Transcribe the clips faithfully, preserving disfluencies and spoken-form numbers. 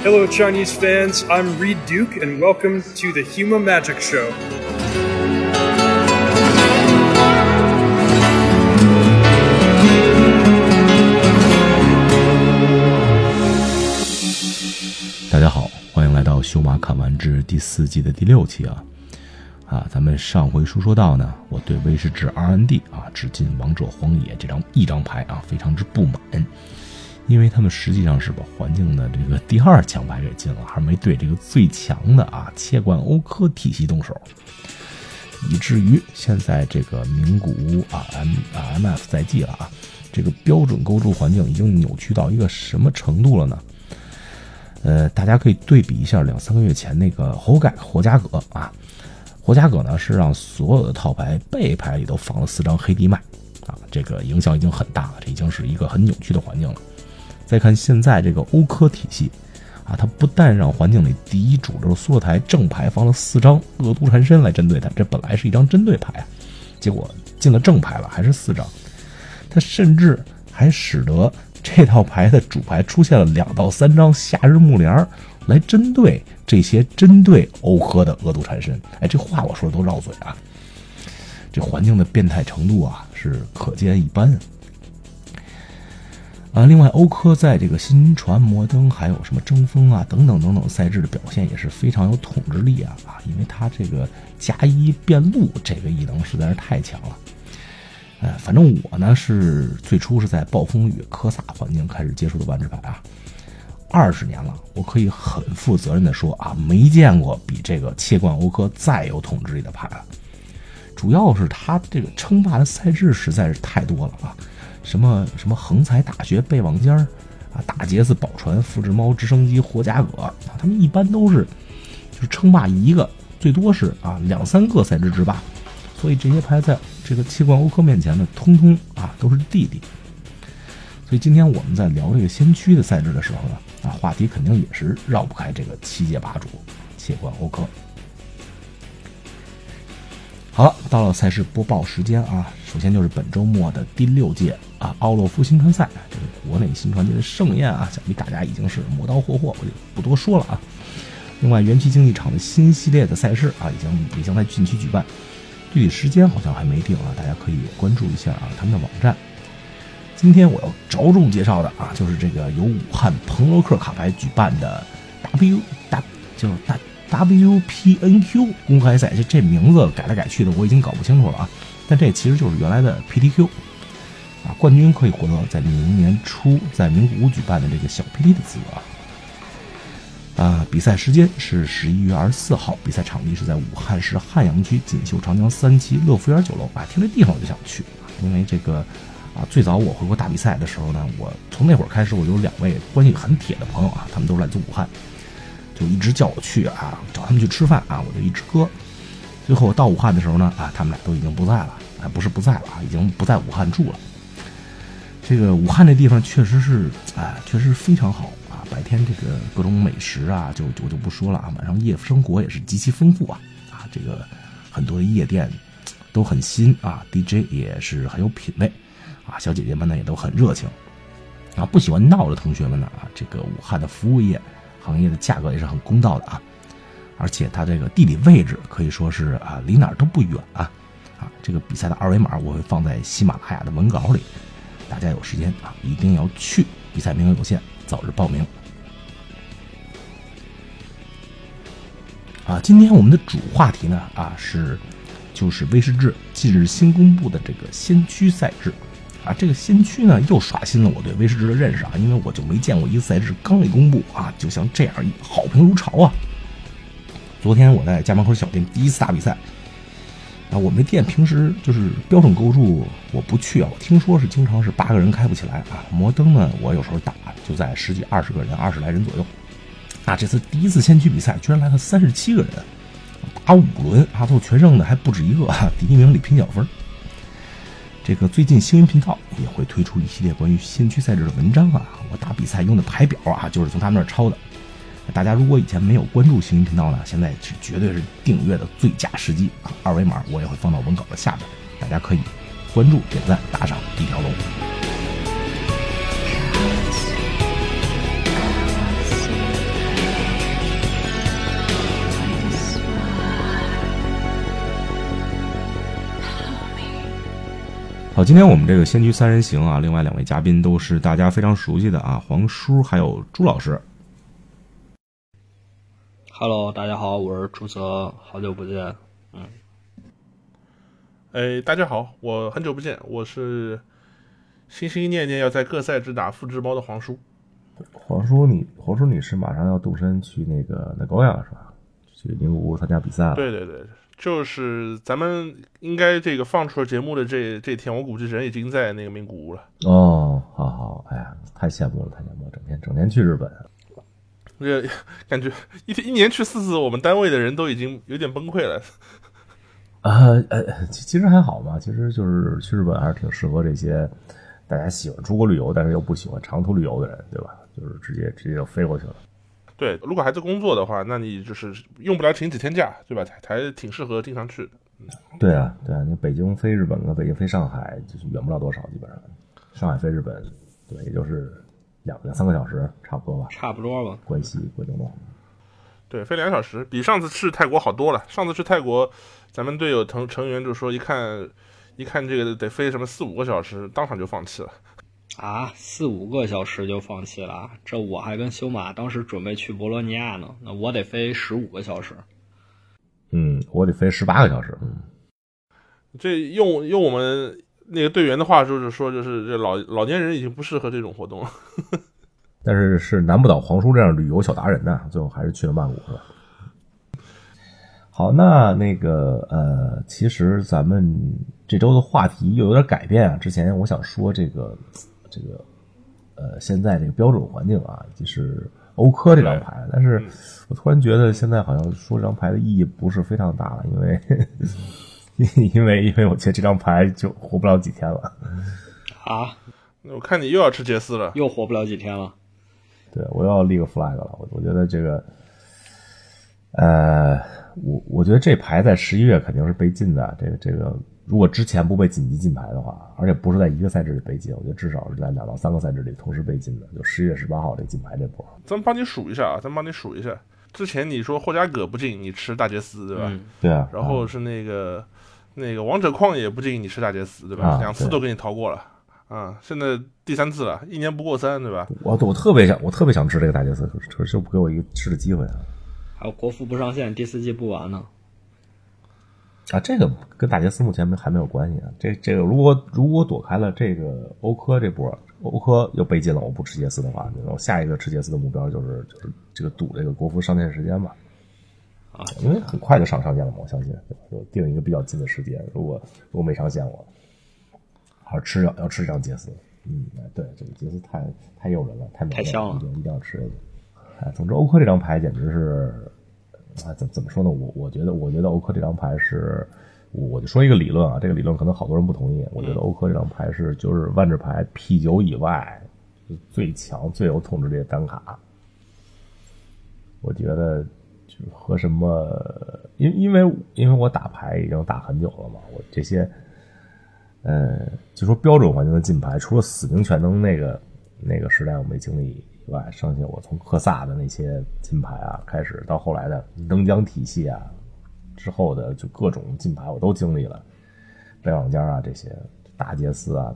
Hello, Chinese fans. I'm Reed Duke, and welcome to the Huma Magic Show. 大家好，欢迎来到《修马看完之》第四季的第六期啊！啊，咱们上回书说到呢，我对威士忌 R and D 啊，致敬王者荒野这张一张牌啊，非常之不满，因为他们实际上是把环境的这个第二强牌给禁了，还没对这个最强的啊切冠欧科体系动手，以至于现在这个名古屋啊 M 啊 M F 在即了啊，这个标准构筑环境已经扭曲到一个什么程度了呢？呃，大家可以对比一下两三个月前那个猴改活家葛啊，活家葛呢是让所有的套牌背牌里都放了四张黑地麦啊，这个影响已经很大了，这已经是一个很扭曲的环境了。再看现在这个欧科体系啊，它不但让环境里第一主流缩台正牌放了四张恶毒缠身来针对它，这本来是一张针对牌啊，结果进了正牌了，还是四张。它甚至还使得这套牌的主牌出现了两到三张夏日木帘来针对这些针对欧科的恶毒缠身。哎，这话我说的都绕嘴啊！这环境的变态程度啊，是可见一斑啊。另外，欧科在这个新传、摩登还有什么争锋啊等等等等赛制的表现也是非常有统治力啊啊！因为它这个加一变路这个异能实在是太强了。呃，反正我呢是最初是在暴风雨科萨环境开始接触的万智牌啊，二十年了，我可以很负责任的说啊，没见过比这个切冠欧科再有统治力的牌了。主要是它这个称霸的赛制实在是太多了啊，什么什么横财大学背网尖啊，大杰斯宝船、复制猫、直升机、活家葛啊，他们一般都是就是称霸一个，最多是啊两三个赛制之霸。所以这些牌在这个切冠欧科面前呢，通通啊都是弟弟。所以今天我们在聊这个先驱的赛制的时候呢，啊话题肯定也是绕不开这个七届霸主切冠欧科。好了，到了赛事播报时间啊，首先就是本周末的第六届啊奥洛夫新传赛，这个国内新传界的盛宴啊，想必大家已经是磨刀霍霍，我就不多说了啊。另外，元气竞技场的新系列的赛事啊，已经也将在近期举办。具体时间好像还没定啊，大家可以关注一下啊他们的网站。今天我要着重介绍的啊，就是这个由武汉彭罗克卡牌举办的 W 大叫大 W P N Q 公开赛，这这名字改来改去的，我已经搞不清楚了啊。但这其实就是原来的 P T Q 啊，冠军可以获得在明年初在名古屋举办的这个小 P T 的资格。啊，比赛时间是十一月二十四号，比赛场地是在武汉市汉阳区锦绣长江三期乐福园酒楼啊。听这地方我就想去，因为这个啊，最早我回国大比赛的时候呢，我从那会儿开始我就有两位关系很铁的朋友啊，他们都是来自武汉，就一直叫我去啊，找他们去吃饭啊，我就一直搁。最后到武汉的时候呢，啊，他们俩都已经不在了，啊，不是不在了啊，已经不在武汉住了。这个武汉这地方确实是啊，确实非常好。白天这个各种美食啊，就我就不说了啊。晚上夜生活也是极其丰富啊啊，这个很多的夜店都很新啊 ，D J 也是很有品味啊，小姐姐们呢也都很热情啊。不喜欢闹的同学们呢啊，这个武汉的服务业行业的价格也是很公道的啊，而且它这个地理位置可以说是啊离哪儿都不远啊啊。这个比赛的二维码我会放在喜马拉雅的文稿里，大家有时间啊一定要去，比赛名额有限，早日报名。啊，今天我们的主话题呢，啊是就是威士忌近日新公布的这个先驱赛制，啊，这个先驱呢又刷新了我对威士忌的认识啊，因为我就没见过一个赛制刚一公布啊，就像这样好评如潮啊。昨天我在家门口小店第一次打比赛，啊，我们这店平时就是标准构筑我不去啊，我听说是经常是八个人开不起来啊，摩登呢我有时候打就在十几二十个人二十来人左右。啊，这次第一次先驱比赛居然来了三十七个人，打五轮啊，最后全胜的还不止一个啊，第一名里拼小分。这个最近星云频道也会推出一系列关于先驱赛制的文章啊，我打比赛用的牌表啊，就是从他们那儿抄的。大家如果以前没有关注星云频道呢，现在是绝对是订阅的最佳时机啊！二维码我也会放到文稿的下边，大家可以关注、点赞、打赏一条龙。 好，今天我们这个先驱三人行啊，另外两位嘉宾都是大家非常熟悉的啊，黄叔还有朱老师。 Hello， 大家好，我是朱泽，好久不见。嗯， 哎，大家好，我很久不见，我是心心念念要在各赛制打复制包的黄叔。 黄叔你，黄叔你是马上要动身去那个那高阳是吧？去名古屋参加比赛了。 对对对，就是咱们应该这个放出了节目的这这天，我估计人已经在那个名古屋了。 哦，好好，哎呀，太羡慕了，太羡慕了，整天整天去日本。 这感觉一一年去四次，我们单位的人都已经有点崩溃了。 啊呃，其实还好嘛，其实就是去日本还是挺适合这些大家喜欢出国旅游，但是又不喜欢长途旅游的人，对吧？就是直接直接就飞过去了。 对，如果还在工作的话，那你就是用不了请几天假，对吧？还挺适合经常去的。 嗯、对啊，对啊，你北京飞日本和北京飞上海就是远不了多少，基本上上海飞日本，对，也就是两两三个小时，差不多吧。 差不多吧。 关西、关东的。 对，飞两小时，比上次去泰国好多了。上次去泰国，咱们队友成成员就说，一看一看这个得飞什么四五个小时，当场就放弃了。 啊，四五个小时就放弃了？这我还跟修马当时准备去博洛尼亚呢，那我得飞十五个小时。 嗯，我得飞十八个小时。嗯， 这用用我们那个队员的话就是说，就是这老老年人已经不适合这种活动了。 但是是难不倒黄叔这样旅游小达人呐，最后还是去了曼谷，是吧？好，那那个呃，其实咱们这周的话题又有点改变啊。之前我想说这个这个呃，现在这个标准环境啊，就是欧科这张牌，但是我突然觉得现在好像说这张牌的意义不是非常大了，因为因为因为我觉得这张牌就活不了几天了。 啊？ 我看你又要吃杰斯了， 又活不了几天了。 对，我要立个 flag 了。我我觉得这个，呃，我我觉得这牌在十一月肯定是被禁的。这个这个，如果之前不被紧急禁牌的话，而且不是在一个赛制里被禁，我觉得至少是在两到三个赛制里同时被禁的。就十一月十八号这禁牌这波， 咱们帮你数一下啊，咱们帮你数一下。之前你说霍加葛不禁，你吃大杰斯，对吧？ 嗯、 对啊。 然后是那个、啊、那个王者旷野不禁，你吃大杰斯，对吧？ 啊、 两次都给你逃过了。啊，现在第三次了，一年不过三，对吧？ 我我特别想，我特别想吃这个大杰斯，可是就不给我一个吃的机会啊！ 还有国服不上线，第四季不完呢。 啊，这个跟大杰斯目前没还没有关系啊。这这个如果如果躲开了这个欧科这波，欧科又被禁了，我不吃杰斯的话，我下一个吃杰斯的目标就是就是这个赌这个国服上线时间吧。 啊， 因为很快就上上线了嘛，我相信，对吧？就定一个比较近的时间，如果如果没上线我。要吃要要吃这张杰斯，嗯，对，这个杰斯太太诱人了，太美了， 太香了， 一定一定要吃这个。哎，总之欧科这张牌简直是，啊，怎怎么说呢？我我觉得，我觉得欧科这张牌是，我就说一个理论啊，这个理论可能好多人不同意。我觉得欧科这张牌是就是万智牌 P 九 以外最强、最有统治力的单卡。我觉得就是和什么，因因为因为我打牌已经打很久了嘛，我这些。呃，就说标准环境的禁牌，除了死命全能那个那个时代我没经历以外，剩下我从科萨的那些禁牌啊开始，到后来的能奖体系啊，之后的就各种禁牌我都经历了，北网家啊这些大杰斯啊，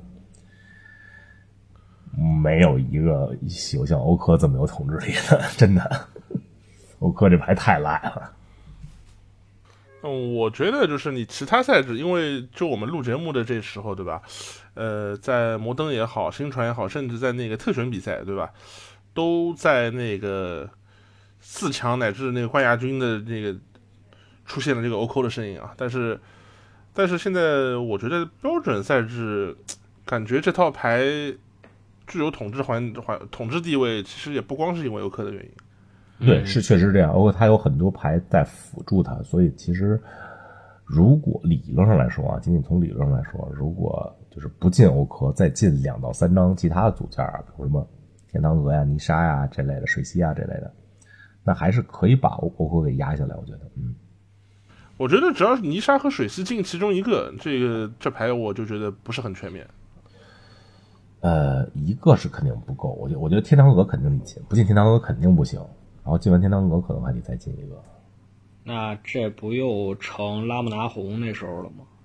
没有一个有像欧科这么有统治力的，真的，欧科这牌太赖了。 嗯，我觉得就是你其他赛制，因为就我们录节目的这时候，对吧？呃，在摩登也好，新传也好，甚至在那个特选比赛，对吧？都在那个四强乃至那个冠亚军的那个出现了这个欧扣的身影啊。但是，但是现在我觉得标准赛制，感觉这套牌具有统治环环统治地位，其实也不光是因为欧克的原因。 对，是确实这样。包括它有很多牌在辅助它，所以其实如果理论上来说啊，仅仅从理论上来说，如果就是不进欧科，再进两到三张其他的组件啊，比如什么天堂鹅呀、泥沙呀这类的、水溪啊这类的，那还是可以把欧欧科给压下来。我觉得，嗯， 我觉得只要是泥沙和水溪进其中一个，这个这牌我就觉得不是很全面。 呃，一个是肯定不够，我觉得我觉得天堂鹅肯定得进，不进天堂鹅肯定不行。然后进完天堂鹅可能还得再进一个， 那这不又成拉姆拿红那时候了吗？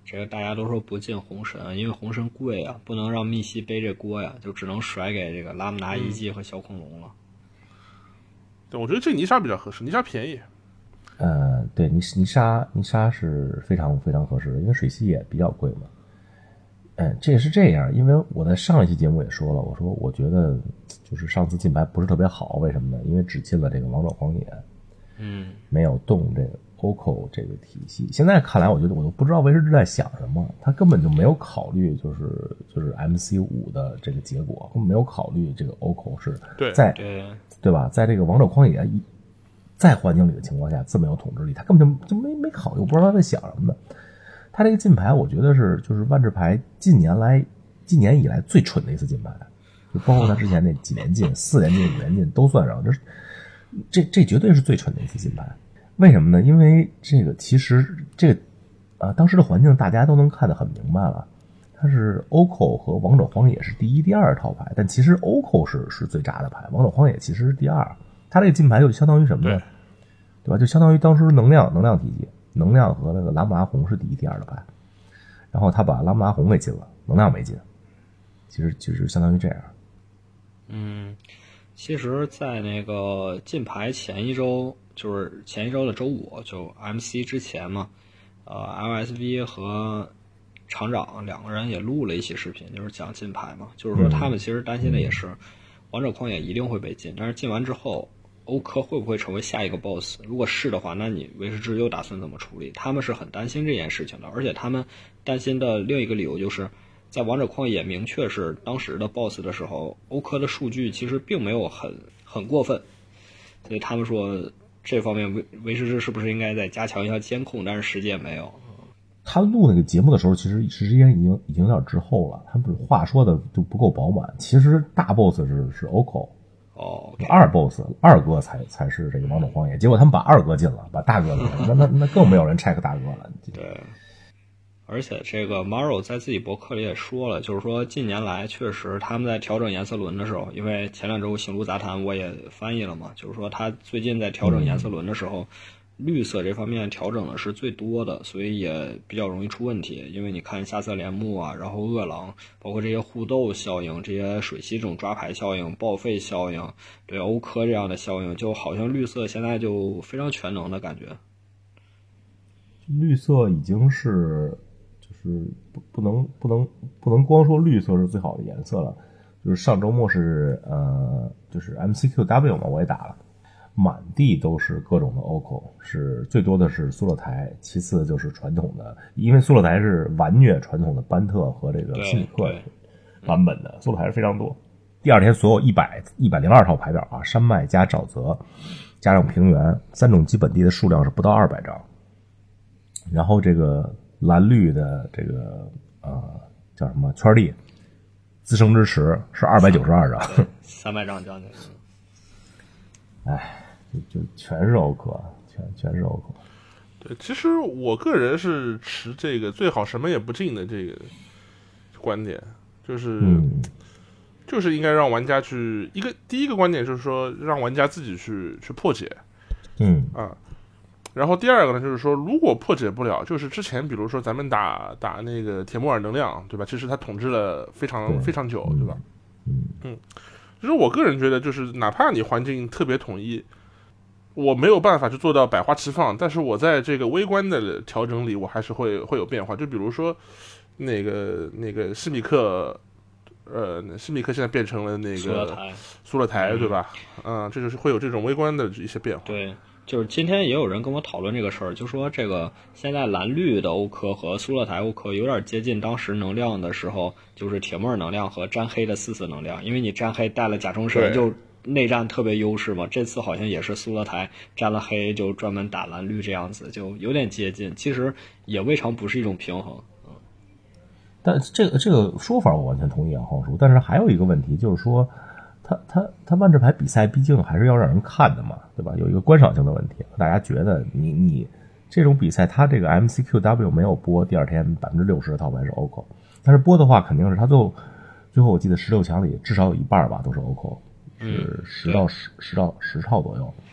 这个大家都说不进红神，因为红神贵啊，不能让密西背这锅呀，就只能甩给这个拉姆达遗迹和小恐龙了。 对，我觉得这泥沙比较合适，泥沙便宜。 呃，对，泥泥沙泥沙是非常非常合适的，因为水系也比较贵嘛。嗯，这也是这样，因为我在上一期节目也说了，我说我觉得就是上次进牌不是特别好，为什么呢？因为只进了这个王者荒野， 嗯， 没有动这个 O C O 这个体系。现在看来，我觉得我都不知道威士忌在想什么，他根本就没有考虑就是就是 M C 五 的这个结果，根本没有考虑这个 O C O 是在对 对, 对吧？在这个王者荒野在环境里的情况下这么有统治力，他根本就就没没考虑，我不知道他在想什么呢。他这个进牌，我觉得是就是万智牌近年来近年以来最蠢的一次进牌，就包括他之前那几年进、四年进、五年进都算上，这这这绝对是最蠢的一次进牌。为什么呢？因为这个其实这个啊、呃、当时的环境大家都能看得很明白了，它是 O C O 和王者荒野是第一、第二套牌，但其实 O C O 是是最渣的牌，王者荒野其实是第二。他这个进牌就相当于什么呢？对, 对吧？就相当于当时能量能量体系。能量和那个拉姆拉红是第一第二的牌，然后他把拉姆拉红给进了，能量没进，其实就是相当于这样。 嗯，其实在那个进牌前一周，就是前一周的周五，就 M C 之前嘛，呃 L S V 和厂长两个人也录了一期视频，就是讲进牌嘛，就是说他们其实担心的也是、嗯、王者旷野一定会被禁，但是禁完之后欧科会不会成为下一个 boss？ 如果是的话，那你威士忌又打算怎么处理？他们是很担心这件事情的，而且他们担心的另一个理由就是，在王者旷野明确是当时的 boss 的时候，欧科的数据其实并没有很很过分，所以他们说这方面威威士忌是不是应该再加强一下监控？但是实际也没有。 他录那个节目的时候，其实时间已经已经有点滞后了，他们话说的就不够饱满。其实大 boss 是是 O C O。 哦， 二 boss 二哥才才是这个王者荒野，结果他们把二哥进了，把大哥进了，那那那更没有人 check 大哥了。 对，而且这个 Maro 在自己博客里也说了，就是说近年来确实他们在调整颜色轮的时候，因为前两周行路杂谈我也翻译了嘛，就是说他最近在调整颜色轮的时候。嗯，绿色这方面调整的是最多的，所以也比较容易出问题。因为你看下色帘幕啊，然后饿狼，包括这些互斗效应，这些水系这种抓牌效应、报废效应，对欧科这样的效应，就好像绿色现在就非常全能的感觉。 绿色已经是就是不不能不能不能光说绿色是最好的颜色了，就是上周末是呃就是 M C Q W 嘛，我也打了。满地都是各种的 O C O， 是最多的是苏勒台，其次就是传统的，因为苏勒台是完虐传统的班特和这个西米克版本的，苏勒台是非常多。第二天所有一百一百零二套牌表啊，山脉加沼泽加上平原三种基本地的数量是不到二百张，然后这个蓝绿的这个呃叫什么圈地自生之池是二百九十二张， 三百张将近。 哎。就就全是欧科，全全是欧科。 对，其实我个人是持这个最好什么也不进的这个观点，就是、嗯、就是应该让玩家去一个第一个观点就是说让玩家自己去去破解， 嗯啊，然后第二个呢就是说如果破解不了，就是之前比如说咱们打打那个铁木尔能量，对吧？其实他统治了非常非常久，对吧？ 嗯嗯，其实我个人觉得就是哪怕你环境特别统一。我没有办法去做到百花齐放，但是我在这个微观的调整里，我还是会会有变化。就比如说，那个那个西米克，呃，西米克现在变成了那个苏勒台，苏勒台对吧？嗯，这就是会有这种微观的一些变化。 对，就是今天也有人跟我讨论这个事儿，就说这个现在蓝绿的欧科和苏勒台欧科有点接近当时能量的时候，就是铁木尔能量和沾黑的四色能量，因为你沾黑带了甲虫神就。内战特别优势嘛，这次好像也是苏勒台沾了黑就专门打蓝绿这样子，就有点接近，其实也未尝不是一种平衡。嗯， 但这个这个说法我完全同意啊，黄叔。但是还有一个问题就是说，他他他万智牌比赛毕竟还是要让人看的嘛，对吧？有一个观赏性的问题，大家觉得你你这种比赛，他这个 M C Q W 没有播，第二天百分之六十的套牌是 O C O， 但是播的话肯定是他最后最后我记得十六强里至少有一半吧都是 O C O。是十到十十到十套左右，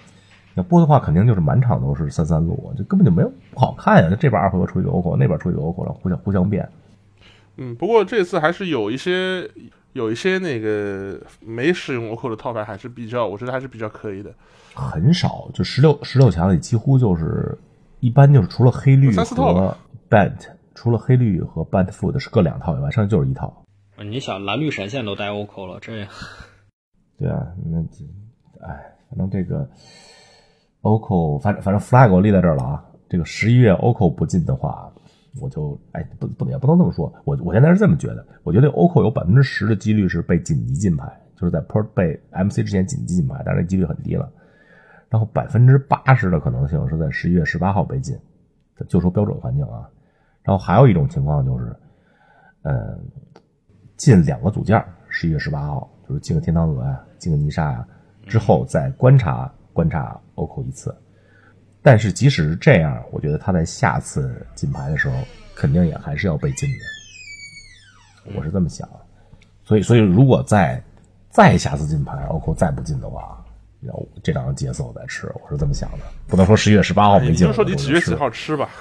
要播的话，肯定就是满场都是三三路，就根本就没有不好看呀。这边二回合出一个 O K O， 那边出一个 O K O， 然后互相互相变。 嗯，不过这次还是有一些有一些那个没使用 O K O 的套牌，还是比较，我觉得还是比较可以的。 很少，就十六十六强里几乎就是一般就是除了黑绿和 Bant， 除了黑绿和 Bant Food 是各两套以外，剩下就是一套。 你想蓝绿闪现都带 O K O 了，这对啊，那哎，反正这个 O K O， 反正反正 flag 我立在这儿了啊。这个十一月 O K O 不进的话，我就哎不不也不能这么说。我我现在是这么觉得，我觉得 O K O 有百分之十的几率是被紧急禁牌，就是在 Port 被 M C 之前紧急禁牌，但是几率很低了。然后百分之八十的可能性是在十一月十八号被禁，就说标准环境啊。然后还有一种情况就是，呃，进两个组件，十一月十八号就是进个天堂鹅呀、啊，进个泥沙呀、啊，之后再观察观察 O K O 一次。但是即使是这样，我觉得他在下次禁牌的时候，肯定也还是要被禁的。我是这么想，所以所以如果再再下次禁牌 O K O 再不进的话，然后这两个节奏再吃，我是这么想的。不能说十一月十八号没进， 你就说你几月几号吃吧。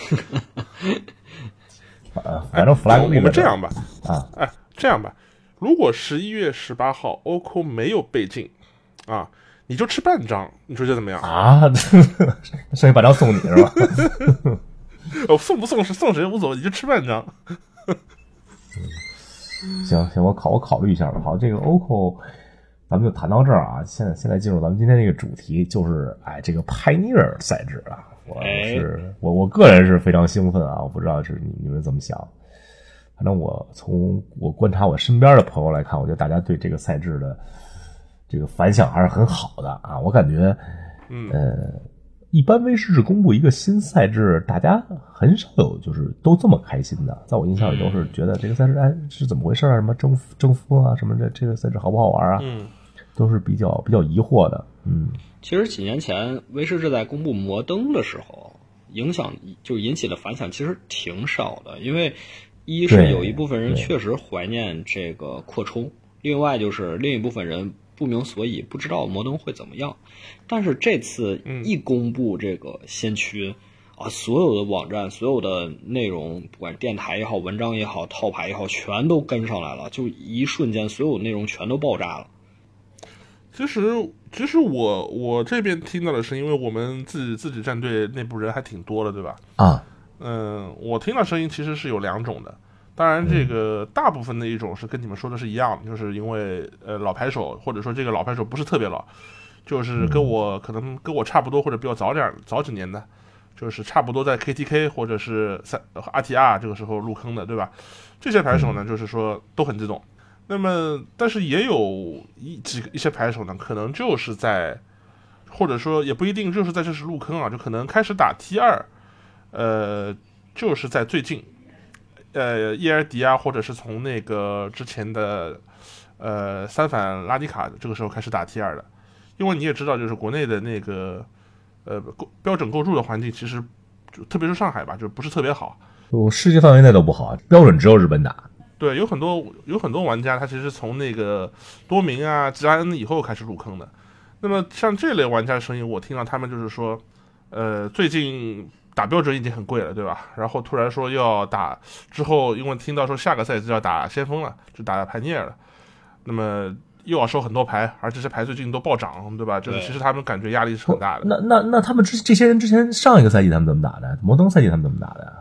呃，反正 flag 我们这样吧， 啊， 哎，这样吧，如果十一月十八号 O K O 没有被禁，啊，你就吃半张，你说这怎么样啊？剩下半张送你是吧？ 哦，送不送是送谁无所谓，你就吃半张。 行行，我考我考虑一下吧。好，这个 O K O 咱们就谈到这儿啊。现在现在进入咱们今天这个主题，就是哎这个 Pioneer 赛制啊。我是我我个人是非常兴奋啊，我不知道是你你们怎么想。反正我从我观察我身边的朋友来看，我觉得大家对这个赛制的这个反响还是很好的啊。我感觉，呃，一般威士忌公布一个新赛制，大家很少有就是都这么开心的。在我印象里都是觉得这个赛制哎是怎么回事啊？什么征服征服啊什么的，这个赛制好不好玩啊？ 嗯， 都是比较比较疑惑的。嗯。 其实几年前威士忌在公布摩登的时候，影响就引起的反响其实挺少的，因为一是有一部分人确实怀念这个扩充，另外就是另一部分人不明所以，不知道摩登会怎么样。但是这次一公布这个先驱、嗯、啊，所有的网站、所有的内容，不管电台也好、文章也好、套牌也好，全都跟上来了，就一瞬间所有内容全都爆炸了。 其实，其实我我这边听到的是，因为我们自己自己战队内部人还挺多的，对吧？ 啊， 嗯，我听到声音其实是有两种的。当然，这个大部分的一种是跟你们说的是一样的，就是因为呃老牌手，或者说这个老牌手不是特别老，就是跟我可能跟我差不多或者比较早点早几年的，就是差不多在 K T K 或者是 R T R 这个时候入坑的，对吧？这些牌手呢，就是说都很激动。那么，但是也有一几一些牌手呢，可能就是在，或者说也不一定就是在这是入坑啊，就可能开始打 T 二，呃，就是在最近，呃，叶尔迪啊，或者是从那个之前的，呃，三反拉迪卡这个时候开始打 T 二的，因为你也知道，就是国内的那个，呃，标准构筑的环境其实，就特别是上海吧，就不是特别好， 我世界范围内都不好，标准只有日本打。 对，有很多有很多玩家，他其实从那个多明啊、G I N 以后开始入坑的。那么像这类玩家的声音，我听到他们就是说，呃，最近打标准已经很贵了，对吧？然后突然说要打之后，因为听到说下个赛季要打先锋了，就打排涅了，那么又要收很多牌，而这些牌最近都暴涨，对吧？就是其实他们感觉压力是很大的。 那那那他们之这些人之前上一个赛季他们怎么打的？摩登赛季他们怎么打的呀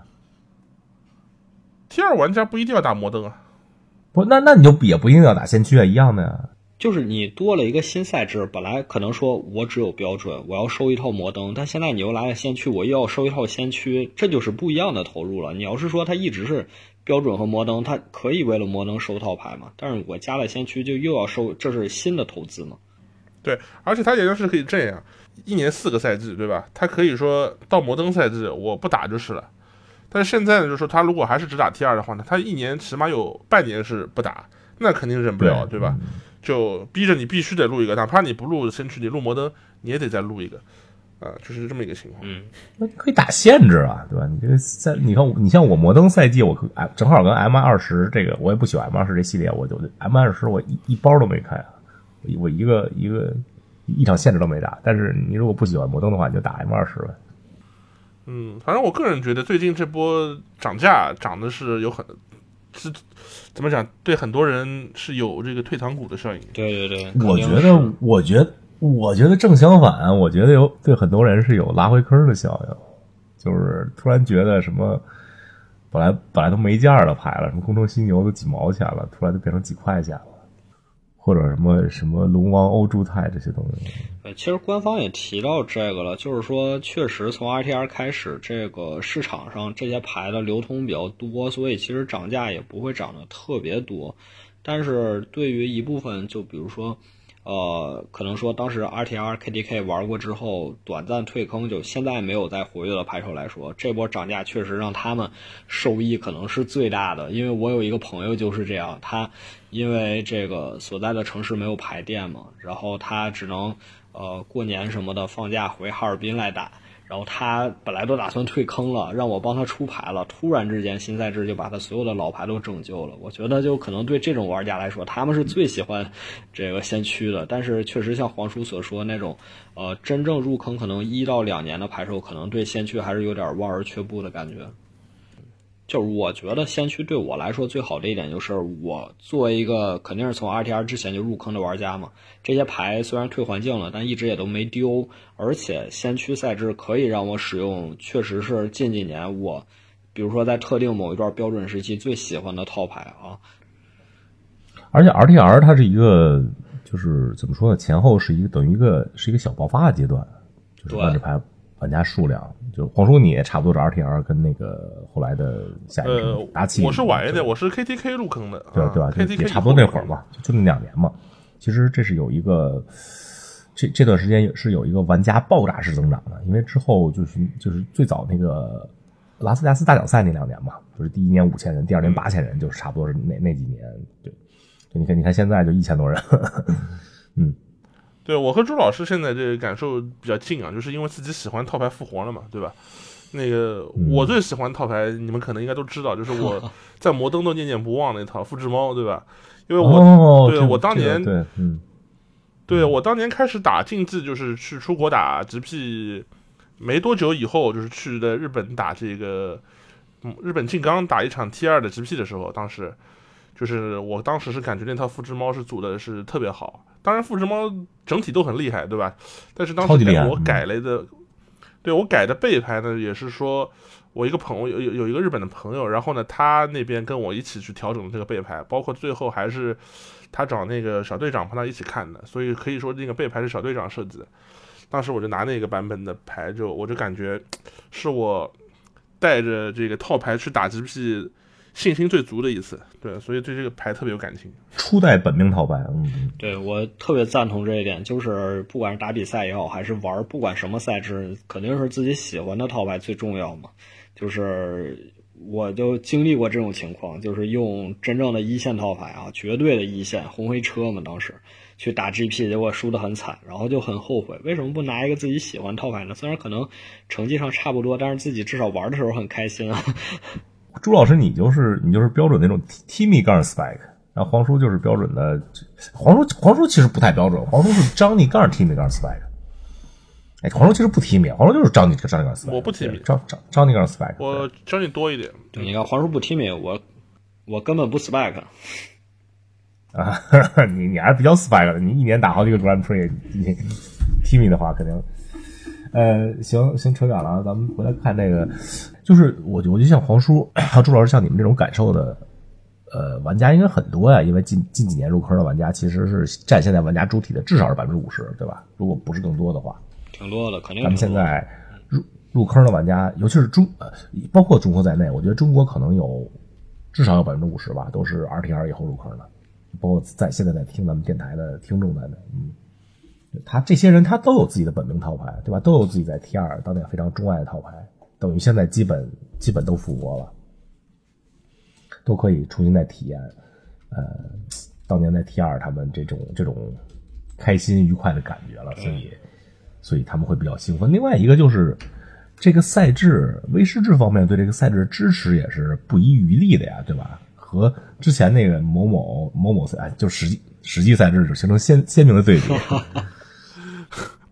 ？T 二玩家不一定要打摩登啊， 不，那那你就也不一定要打先驱啊，一样的呀。 就是你多了一个新赛制，本来可能说我只有标准，我要收一套摩登，但现在你又来了先驱，我又要收一套先驱，这就是不一样的投入了。你要是说他一直是标准和摩登，他可以为了摩登收套牌嘛？但是我加了先驱就又要收，这是新的投资嘛？ 对，而且他也是可以这样，一年四个赛季，对吧？他可以说到摩登赛季我不打就是了。但是现在呢，就是说他如果还是只打 T 二的话呢，他一年起码有半年是不打，那肯定忍不了， 对, 对吧？就逼着你必须得录一个，哪怕你不录先驱，你录摩登，你也得再录一个，啊、呃，就是这么一个情况。 嗯， 那可以打限制啊，对吧？你这个赛，你看，你像我摩登赛季，我正好跟 M 二十这个，我也不喜欢 M 二十这系列，我就 M 二十我一一包都没开啊，我一个一个一场限制都没打。但是你如果不喜欢摩登的话，你就打 M 二十呗。 嗯，反正我个人觉得最近这波涨价涨的是有很是怎么讲，对很多人是有这个退堂鼓的效应。 对对对， 我觉得，我觉得，我觉得正相反，我觉得有对很多人是有拉回坑的效应，就是突然觉得什么本来本来都没价的牌了，什么工程犀牛都几毛钱了，突然就变成几块钱了。或者什么什么龙王欧铸泰这些东西， 对，其实官方也提到这个了，就是说确实从 R T R 开始，这个市场上这些牌的流通比较多，所以其实涨价也不会涨得特别多。但是对于一部分，就比如说，呃，可能说当时 R T R、K T K 玩过之后短暂退坑，就现在没有再活跃的牌手来说，这波涨价确实让他们受益可能是最大的。因为我有一个朋友就是这样，他因为这个所在的城市没有牌店嘛，然后他只能呃过年什么的放假回哈尔滨来打，然后他本来都打算退坑了，让我帮他出牌了，突然之间新赛制就把他所有的老牌都拯救了。我觉得就可能对这种玩家来说，他们是最喜欢这个先驱的，但是确实像黄叔所说那种呃真正入坑可能一到两年的牌手，可能对先驱还是有点望而却步的感觉。就是我觉得先驱对我来说最好的一点就是，我作为一个肯定是从 R T R 之前就入坑的玩家嘛，这些牌虽然退环境了，但一直也都没丢，而且先驱赛制可以让我使用，确实是近几年我比如说在特定某一段标准时期最喜欢的套牌啊。 而且 R T R 它是一个就是怎么说呢，前后是一个等于一个是一个小爆发的阶段，就是万智牌玩家数量，就黄叔你也差不多是 R T R 跟那个后来的下一个达奇、 呃，我是晚一点，我是 K T K 入坑的， 对对吧？ K T K 也差不多那会儿嘛，就那两年嘛。其实这是有一个，这这段时间是有一个玩家爆炸式增长的，因为之后就是就是最早那个拉斯加斯大奖赛那两年嘛，就是第一年五千人，第二年八千人，就是差不多是那那几年，对，就你看你看现在就一千多人，嗯。 对，我和朱老师现在这个感受比较近啊，就是因为自己喜欢套牌复活了嘛，对吧？那个我最喜欢套牌，你们可能应该都知道，就是我在摩登都念念不忘那套复制猫，对吧？因为我、 哦、 对我当年、 这个、对嗯， 对我当年开始打竞技，就是去出国打 G P， 没多久以后，就是去的日本打这个，嗯，日本静冈打一场 T 二的 G P 的时候，当时就是我当时是感觉那套复制猫是组的是特别好。当然复制猫整体都很厉害，对吧？但是当时给我改了的，对我改的背牌呢，也是说我一个朋友有有有一个日本的朋友，然后呢他那边跟我一起去调整这个背牌，包括最后还是他找那个小队长帮他一起看的，所以可以说那个背牌是小队长设计的。当时我就拿那个版本的牌，就我就感觉是我带着这个套牌去打 G P信心最足的一次，对，所以对这个牌特别有感情。 初代本命套牌，嗯， 对，我特别赞同这一点，就是不管是打比赛也好，还是玩不管什么赛制，肯定是自己喜欢的套牌最重要嘛。就是我就经历过这种情况，就是用真正的一线套牌啊，绝对的一线红黑车嘛，当时去打 G P， 结果输得很惨，然后就很后悔，为什么不拿一个自己喜欢套牌呢？虽然可能成绩上差不多，但是自己至少玩的时候很开心啊。 朱老师，你就是你就是标准那种 Timmy 杠 Spike， 然后黄叔就是标准的黄叔，黄叔其实不太标准，黄叔是 Johnny 杠 Timmy 杠 Spike。哎，黄叔其实不 Timmy， 黄叔就是 Johnny Johnny 杠 Spike。 我不 Timmy， 张张 Johnny 杠 Spike， 我 Johnny 多一点。 对，你看黄叔不 Timmy， 我我根本不 Spike。 啊，你你还是比较 Spike 的，你一年打好几个 Grand Prix， 你 Timmy 的话肯定。呃，行行，扯远了，咱们回来看这个，就是我我就像黄叔还有朱老师像你们这种感受的，呃，玩家应该很多呀，因为近近几年入坑的玩家其实是占现在玩家主体的至少是百分之五十，对吧？如果不是更多的话， 挺多的，肯定。 咱们现在入入坑的玩家，尤其是中呃，包括中国在内，我觉得中国可能有至少有百分之五十吧，都是 R T R 以后入坑的，包括在现在在听咱们电台的听众在内，嗯。他这些人他都有自己的本命套牌，对吧？都有自己在 T 二 当年非常钟爱的套牌，等于现在基本基本都复活了，都可以重新再体验。呃，当年在 T 二 他们这种这种开心愉快的感觉了，所以所以他们会比较兴奋。另外一个就是这个赛制，威士制方面对这个赛制的支持也是不遗余力的呀，对吧？和之前那个某某某某赛，就实际实际赛制形成鲜鲜明的对比。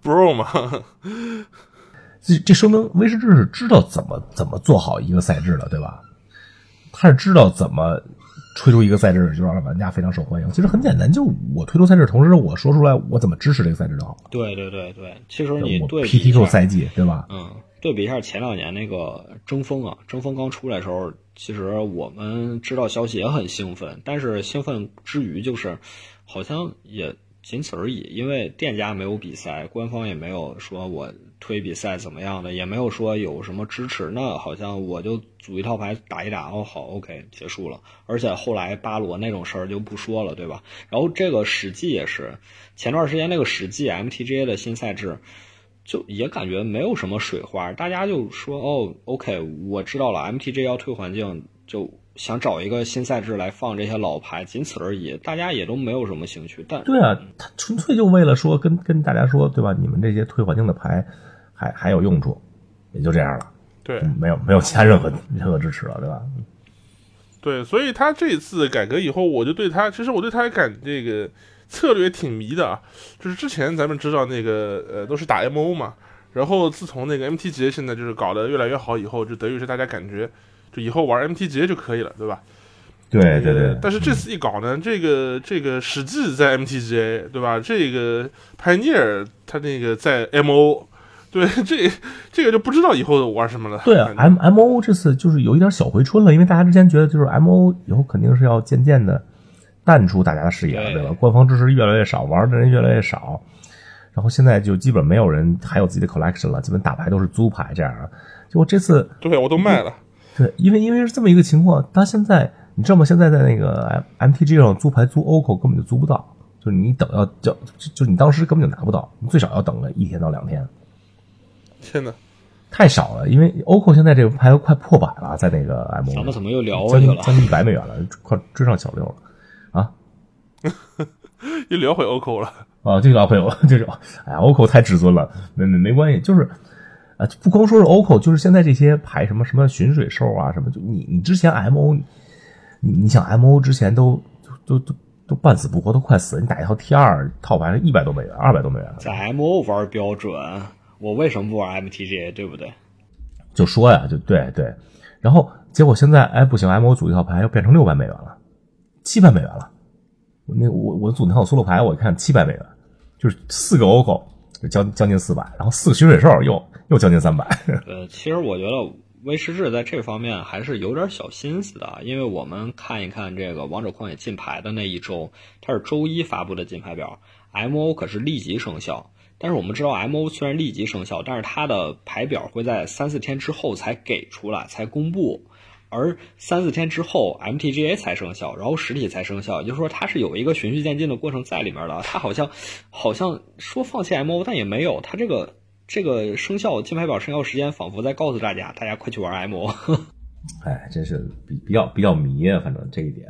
Bro 嘛。 这这说明威士忌是知道怎么怎么做好一个赛制的，对吧？他是知道怎么吹出一个赛制就让玩家非常受欢迎。其实很简单，就我推出赛制，同时我说出来我怎么支持这个赛制就好了。 对对对对，其实你对比 P T Q 赛季，对吧？ 嗯，对比一下前两年那个争锋啊，争锋刚出来的时候，其实我们知道消息也很兴奋，但是兴奋之余就是好像也仅此而已，因为店家没有比赛，官方也没有说我推比赛怎么样的，也没有说有什么支持，那好像我就组一套牌打一打，哦好 OK 结束了。而且后来巴罗那种事儿就不说了，对吧？然后这个史记也是前段时间那个史记 M T G A 的新赛制，就也感觉没有什么水花，大家就说哦 OK 我知道了 M T G A 要退环境，就想找一个新赛制来放这些老牌，仅此而已，大家也都没有什么兴趣。但对啊，他纯粹就为了说跟跟大家说，对吧？你们这些退环境的牌还还有用处，也就这样了。 对， 没有没有其他任何任何支持了，对吧？ 对，所以他这次改革以后，我就对他，其实我对他感这个策略挺迷的啊。就是之前咱们知道那个呃都是打 M O 嘛，然后自从那个 M T G A 现在就是搞得越来越好以后，就等于是大家感觉就以后玩 M T G A 就可以了，对吧？ 对对对。 但是这次一搞呢，这个这个史记在 M T G A 对吧？这个 Pioneer 他那个在 M O。对，这这个就不知道以后玩什么了。 对啊 ，M M O 这次就是有一点小回春了，因为大家之前觉得就是 M O 以后肯定是要渐渐的淡出大家的视野了，对吧？官方支持越来越少，玩的人越来越少，然后现在就基本没有人还有自己的 collection 了，基本打牌都是租牌这样。结果这次对我都卖了。 对，因为因为是这么一个情况，他现在你知道吗？现在在那个 M T G 上租牌租 O C O 根本就租不到，就是你等要叫就就你当时根本就拿不到，你最少要等个一天到两天。 天哪， 太少了！因为 O C O 现在这个牌都快破百了，在那个 M O， 咱们怎么又聊回去了？ 将近一百美元了，快追上小六了啊！ 又聊回 O C O 了啊！这个聊回这种，哎呀 ，O C O 太至尊了，没没没关系，就是啊，不光说是 O C O， 就是现在这些牌什么什么巡水兽啊，什么就你你之前 M O， 你你想 M O 之前都都都都半死不活，都快死了，你打一套 T 二 套牌一百多美元，二百多美元， 在 M O 玩标准。我为什么不玩 M T G A， 对不对？ 就说呀，就对对，然后结果现在哎不行 ，M O 组一套牌要变成六百美元了，七百美元了。那我我组那套 solo 牌，我看七百美元，就是四个 O C O 就将将近四百，然后四个巡水兽又又将近三百。 呃，其实我觉得威士忌在这方面还是有点小心思的，因为我们看一看这个王者旷野禁牌的那一周，它是周一发布的禁牌表 ，M O 可是立即生效。但是我们知道 M O 虽然立即生效，但是它的牌表会在三四天之后才给出来，才公布，而三四天之后 M T G A 才生效，然后实体才生效，也就是说它是有一个循序渐进的过程在里面的。它好像好像说放弃 M O， 但也没有，它这个这个生效金牌表生效时间仿佛在告诉大家，大家快去玩 M O。 哎，真是比比较比较迷啊，反正这一点。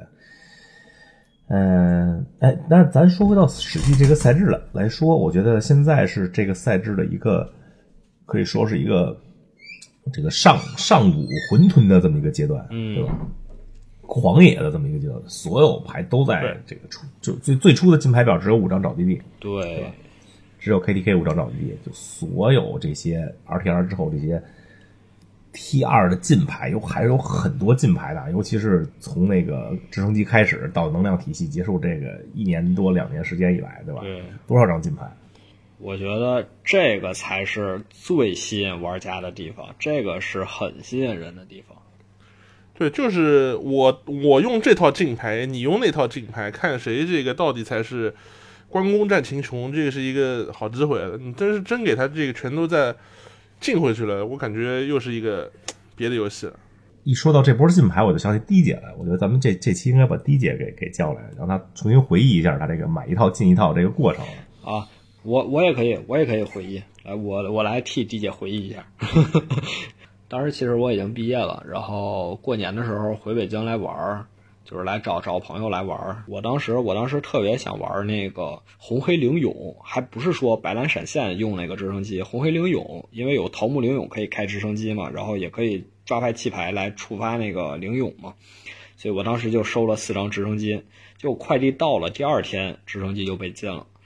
嗯，哎，那咱说回到史记这个赛制了来说，我觉得现在是这个赛制的一个可以说是一个这个上上古混沌的这么一个阶段， 嗯， 对吧？狂野的这么一个阶段，所有牌都在这个出，就最最初的金牌表只有五张找基地， 对， 对吧？只有 K T K 五张找基地，就所有这些 R T R 之后这些。T 二 的禁牌有还是有很多禁牌的，尤其是从那个直升机开始到能量体系结束这个一年多两年时间以来，对吧？ 对， 多少张禁牌？ 我觉得这个才是最吸引玩家的地方，这个是很吸引人的地方。 对，就是我我用这套禁牌，你用那套禁牌，看谁这个到底才是关公战秦琼，这个是一个好机会。你真是真给他这个全都在。进回去了，我感觉又是一个别的游戏了。 一说到这波禁牌，我就想起 D 姐来。我觉得咱们这这期应该把 D 姐给给叫来，让她重新回忆一下她这个买一套进一套这个过程啊。我我也可以，我也可以回忆。来，我我来替 D 姐回忆一下。当时其实我已经毕业了，然后过年的时候回北京来玩。就是来找找朋友来玩，我当时我当时特别想玩那个红黑灵勇，还不是说白蓝闪现用那个直升机，红黑灵勇，因为有桃木灵勇可以开直升机嘛，然后也可以抓牌弃牌来触发那个灵勇嘛，所以我当时就收了四张直升机，结果快递到了第二天直升机就被禁了，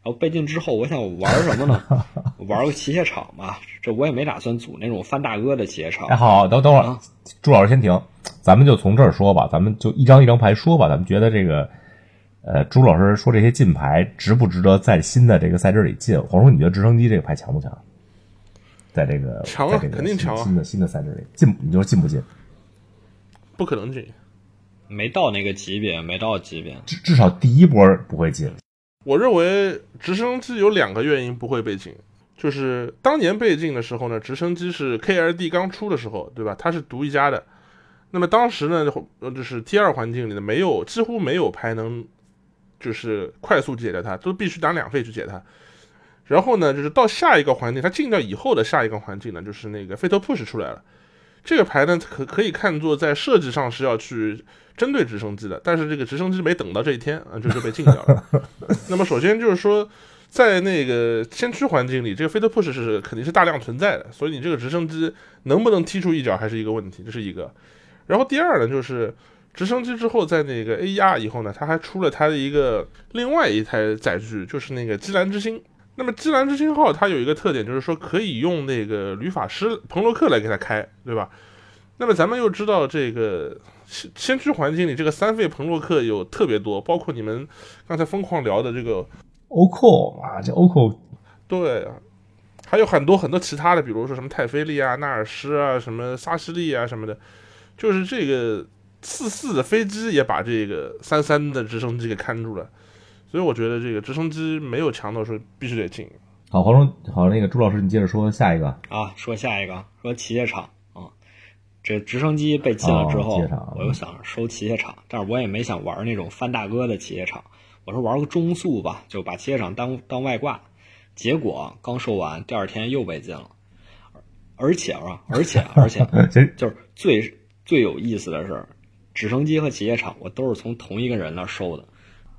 然后被禁之后，我想玩什么呢？我玩个骑械场吧，这我也没打算组那种翻大哥的骑械场。 哎，好，等等会儿， 啊、 朱老师先停，咱们就从这儿说吧，咱们就一张一张牌说吧。咱们觉得这个，呃，朱老师说这些禁牌值不值得在新的这个赛制里进？黄叔，你觉得直升机这个牌强不强？在这个强啊， 在这个肯定强啊！ 新的新的赛制里进，你说进不进？ 不可能进， 没到那个级别，没到级别， 至至少第一波不会进。 我认为直升机有两个原因不会被禁，就是当年被禁的时候呢，直升机是 K L D 刚出的时候，对吧？它是独一家的。那么当时呢，就是 T 二环境里呢，没有几乎没有牌能就是快速解掉它，都必须打两费去解它。然后呢，就是到下一个环境，它禁掉以后的下一个环境呢，就是那个 Fatal Push 出来了。这个牌呢，可可以看作在设计上是要去针对直升机的，但是这个直升机没等到这一天啊，这就被禁掉了。那么首先就是说，在那个先驱环境里，这个 Fatal Push 是肯定是大量存在的，所以你这个直升机能不能踢出一脚还是一个问题，这是一个。然后第二呢，就是直升机之后在那个 A E R 以后呢，它还出了它的一个另外一台载具，就是那个基兰之星。那么基兰之星号它有一个特点，就是说可以用那个旅法师彭洛克来给它开，对吧？那么咱们又知道这个先驱环境里这个三费彭洛克有特别多，包括你们刚才疯狂聊的这个欧扣啊，这欧扣， 对，还有很多很多其他的，比如说什么泰菲利啊、纳尔施啊、什么沙西利啊什么的，就是这个四四的飞机也把这个三三的直升机给看住了。所以我觉得这个直升机没有强到说必须得进。 好，黄忠，好，那个朱老师，你接着说下一个啊。说下一个，说骑械场啊。这直升机被禁了之后， 哦、 我又想收骑械场，但是我也没想玩那种翻大哥的骑械场，我说玩个中速吧，就把骑械场当当外挂。结果刚收完，第二天又被禁了，而且啊，而且而且就是最最有意思的是，直升机和骑械场我都是从同一个人那收的。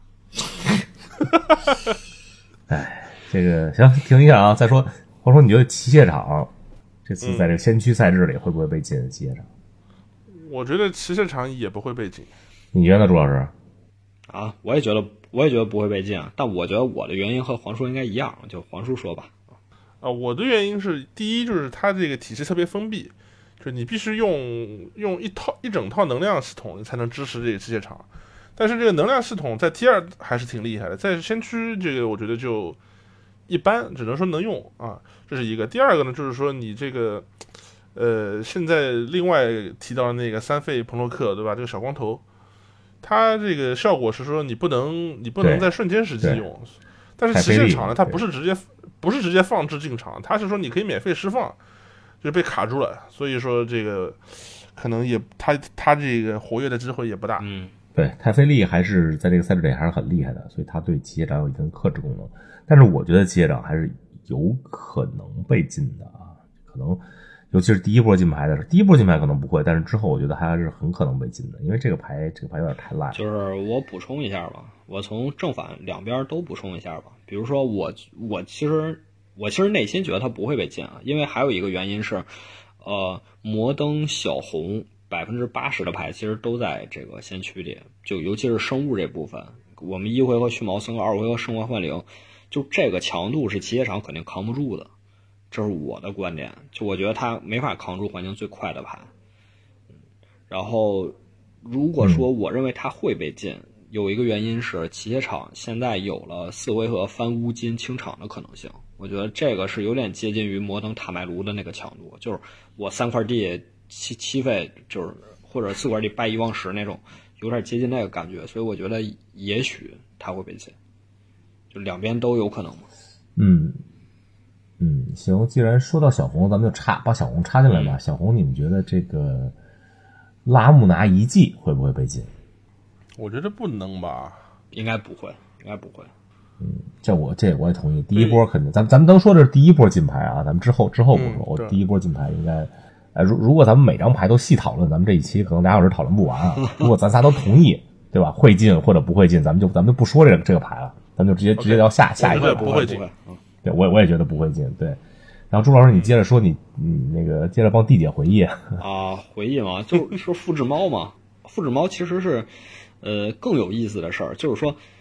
哎，这个行，停一下啊！再说，黄叔，你觉得骑械场这次在这个先驱赛制里会不会被禁？骑械场， 我觉得骑械场也不会被禁。 你觉得呢，朱老师？ 啊，我也觉得，我也觉得不会被禁啊。但我觉得我的原因和黄叔应该一样，就黄叔说吧。 啊，我的原因是，第一就是它这个体系特别封闭，就是你必须用用一套一整套能量系统，你才能支持这个骑械场。但是这个能量系统在 T 二还是挺厉害的，在先驱这个我觉得就一般，只能说能用啊，这是一个。第二个呢，就是说你这个呃，现在另外提到的那个三费彭洛克，对吧？这个小光头，它这个效果是说你不能你不能在瞬间时机用，但是骑械场呢，它不是直接不是直接放置进场，它是说你可以免费释放，就是被卡住了，所以说这个可能也它它这个活跃的机会也不大。 嗯。 对，泰菲利还是在这个赛制里还是很厉害的，所以他对骑械长有一定克制功能。但是我觉得骑械长还是有可能被禁的啊，可能尤其是第一波禁牌的时候，第一波禁牌可能不会，但是之后我觉得还是很可能被禁的，因为这个牌这个牌有点太烂。 就是我补充一下吧，我从正反两边都补充一下吧。比如说我我其实我其实内心觉得它不会被禁啊，因为还有一个原因是，呃，摩登小红。百分之八十的牌其实都在这个先驱里，就尤其是生物这部分，我们一回合去毛僧，二回合生化幻灵，就这个强度是骑械场肯定扛不住的，这是我的观点。就我觉得他没法扛住环境最快的牌。然后，如果说我认为他会被禁，有一个原因是骑械场现在有了四回合翻乌金清场的可能性，我觉得这个是有点接近于摩登塔麦卢的那个强度，就是我三块地。七七费就是或者四块地败一忘十那种，有点接近那个感觉，所以我觉得也许他会被禁，就两边都有可能嘛。 嗯嗯，行，既然说到小红，咱们就插把小红插进来吧。嗯、小红，你们觉得这个拉木拿遗迹会不会被禁？ 我觉得不能吧， 应该不会，应该不会。 嗯，这我这我也同意。第一波肯定，咱咱们都说的是第一波禁牌啊，咱们之后之后不说。 嗯、 我第一波禁牌应该。呃，如如果咱们每张牌都细讨论，咱们这一期可能俩小时讨论不完啊。如果咱仨都同意，对吧？会进或者不会进，咱们就咱们就不说这个这个牌了，咱们就直接 okay, 直接聊下下一个。 不会进， 对，我我也觉得不会进。对，然后朱老师，你接着说你，你那个接着帮弟姐回忆啊，回忆嘛，就说复制猫嘛。复制猫其实是，呃，更有意思的事儿，就是说，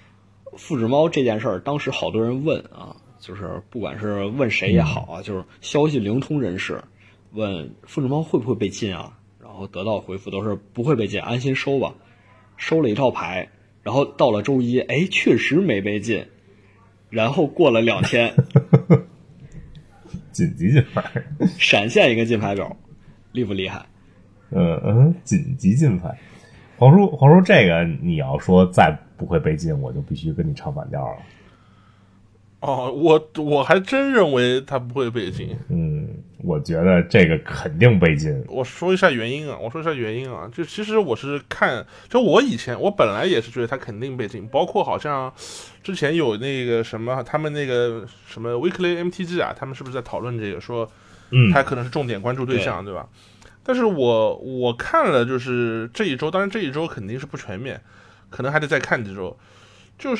复制猫这件事儿，当时好多人问啊，就是不管是问谁也好啊，就是消息灵通人士问复制猫会不会被禁啊，然后得到回复都是不会被禁，安心收吧。收了一套牌，然后到了周一，哎，确实没被禁。然后过了两天， 紧急禁牌， 闪现一个禁牌表，厉不厉害？ 嗯嗯，紧急禁牌。黄叔，黄叔，这个你要说再不会被禁，我就必须跟你唱反调了。 哦，我我还真认为他不会被禁。 嗯，我觉得这个肯定被禁。 我说一下原因啊，我说一下原因啊，就其实我是看，就我以前我本来也是觉得他肯定被禁，包括好像之前有那个什么，他们那个什么 Weekly M T G 啊，他们是不是在讨论这个，说他可能是重点关注对象，嗯、对吧？但是我我看了，就是这一周，当然这一周肯定是不全面，可能还得再看几周，就是。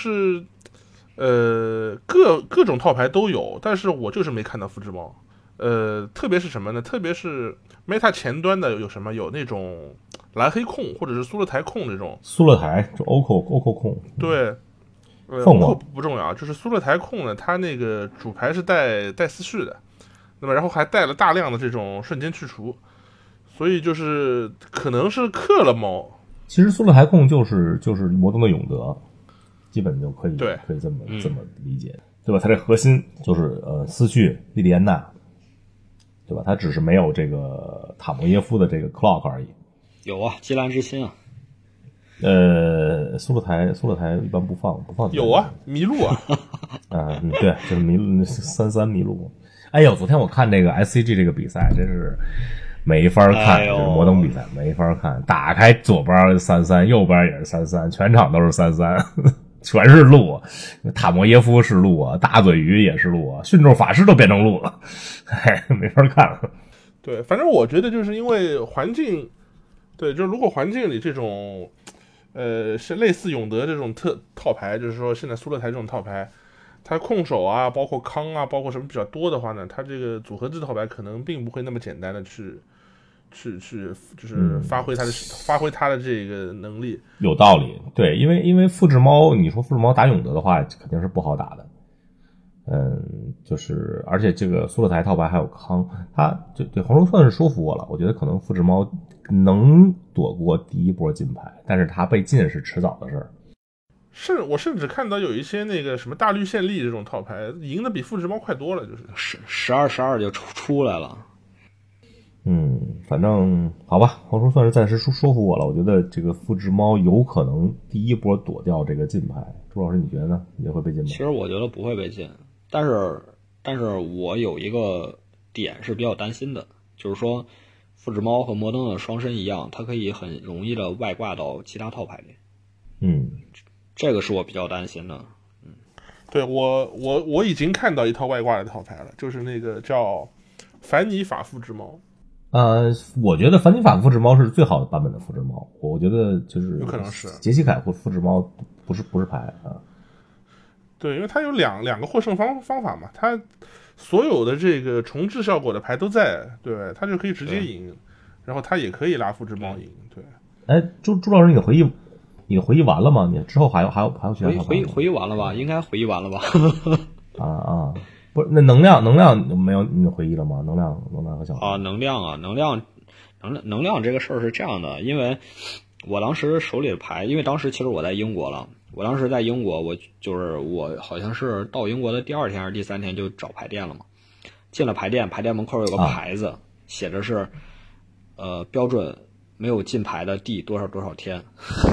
呃，各各种套牌都有，但是我就是没看到复制猫。呃，特别是什么呢？特别是 Meta 前端的有什么？有那种蓝黑控或者是苏勒台控这种。 苏勒台就 O C O O C O 控。 对，呃 O C O 不重要，就是苏勒台控呢，它那个主牌是带带思绪的，那么然后还带了大量的这种瞬间去除，所以就是可能是克了猫。 其实苏勒台控就是就是摩登的永德。基本就可以对可以这么、嗯、这么理解，对吧？它这核心就是呃思绪莉莉安娜，对吧？它只是没有这个塔摩耶夫的这个 clock 而已。 有啊，基兰之心啊。 呃，苏勒台苏勒台一般不放不放。 有啊，麋鹿啊。 啊、嗯，对，就是麋鹿三三麋鹿。哎呦，昨天我看这个 S C G 这个比赛，真是没法看， 哎、 就是摩登比赛没法看。打开左边三三，右边也是三三，全场都是三三。全是鹿，塔摩耶夫是鹿啊，大嘴鱼也是鹿啊，驯兽法师都变成鹿了，嘿，没法看了。 对，反正我觉得就是因为环境，对，就是如果环境里这种，呃，是类似永德这种特套牌，就是说现在苏勒台这种套牌，它控手啊，包括康啊，包括什么比较多的话呢，它这个组合制套牌可能并不会那么简单的去。去去就是发挥他的、嗯、发挥他的这个能力， 有道理。对，因为因为复制猫，你说复制猫打永德的话，肯定是不好打的。嗯，就是而且这个苏勒台套牌还有康，他就对黄叔算是说服我了。我觉得可能复制猫能躲过第一波禁牌，但是他被禁是迟早的事儿。 是我甚至看到有一些那个什么大绿线力这种套牌赢的比复制猫快多了，就是十十二十二就出出来了。 嗯，反正好吧，黄叔算是暂时说说服我了。我觉得这个复制猫有可能第一波躲掉这个禁牌。朱老师，你觉得呢？也会被禁吗？ 其实我觉得不会被禁，但是但是我有一个点是比较担心的，就是说复制猫和摩登的双身一样，它可以很容易的外挂到其他套牌里。 嗯， 这个是我比较担心的。嗯， 对，我我我已经看到一套外挂的套牌了，就是那个叫凡尼法复制猫。 呃，我觉得凡尼法复制猫是最好的版本的复制猫，我觉得就是有可能是杰西凯复复制猫不是不是牌啊。 对，因为它有两两个获胜方方法嘛，它所有的这个重置效果的牌都在，对，它就可以直接赢，然后它也可以拉复制猫赢，对。 哎，朱朱老师，你的回忆你的回忆完了吗？你之后还有还有还有其他回忆回忆完了吧？应该回忆完了吧？ 啊啊。不是，那能量能量没有你回忆了吗？能量能量和小啊，能量啊，能量能量能量这个事儿是这样的，因为我当时手里的牌，因为当时其实我在英国了，我当时在英国，我就是我好像是到英国的第二天还是第三天就找牌店了嘛，进了牌店，牌店门口有个牌子，啊、写着是呃标准没有进牌的第多少多少天。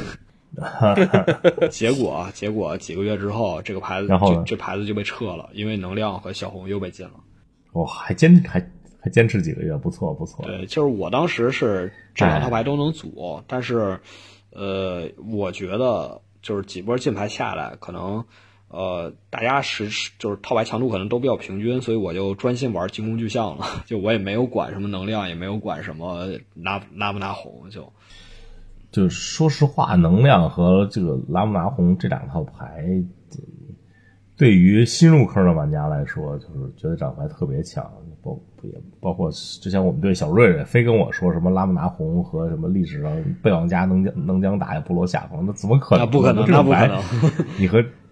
结果啊，结果几个月之后，这个牌子，这这牌子就被撤了，因为能量和小红又被禁了。 哦，还坚还还坚持几个月，不错不错。 对，就是我当时是这两套牌都能组，哎、但是，呃，我觉得就是几波禁牌下来，可能呃大家是就是套牌强度可能都比较平均，所以我就专心玩进攻巨像了，就我也没有管什么能量，也没有管什么拿拿不拿红就。 就说实话，能量和这个拉姆拿红这两套牌，对于新入坑的玩家来说，就是觉得这两牌特别强。包也包括之前我们队小瑞瑞非跟我说什么拉姆拿红和什么历史上贝旺加能将能将打下部落下风，那怎么可能？ 那不可能，那不可能。 你和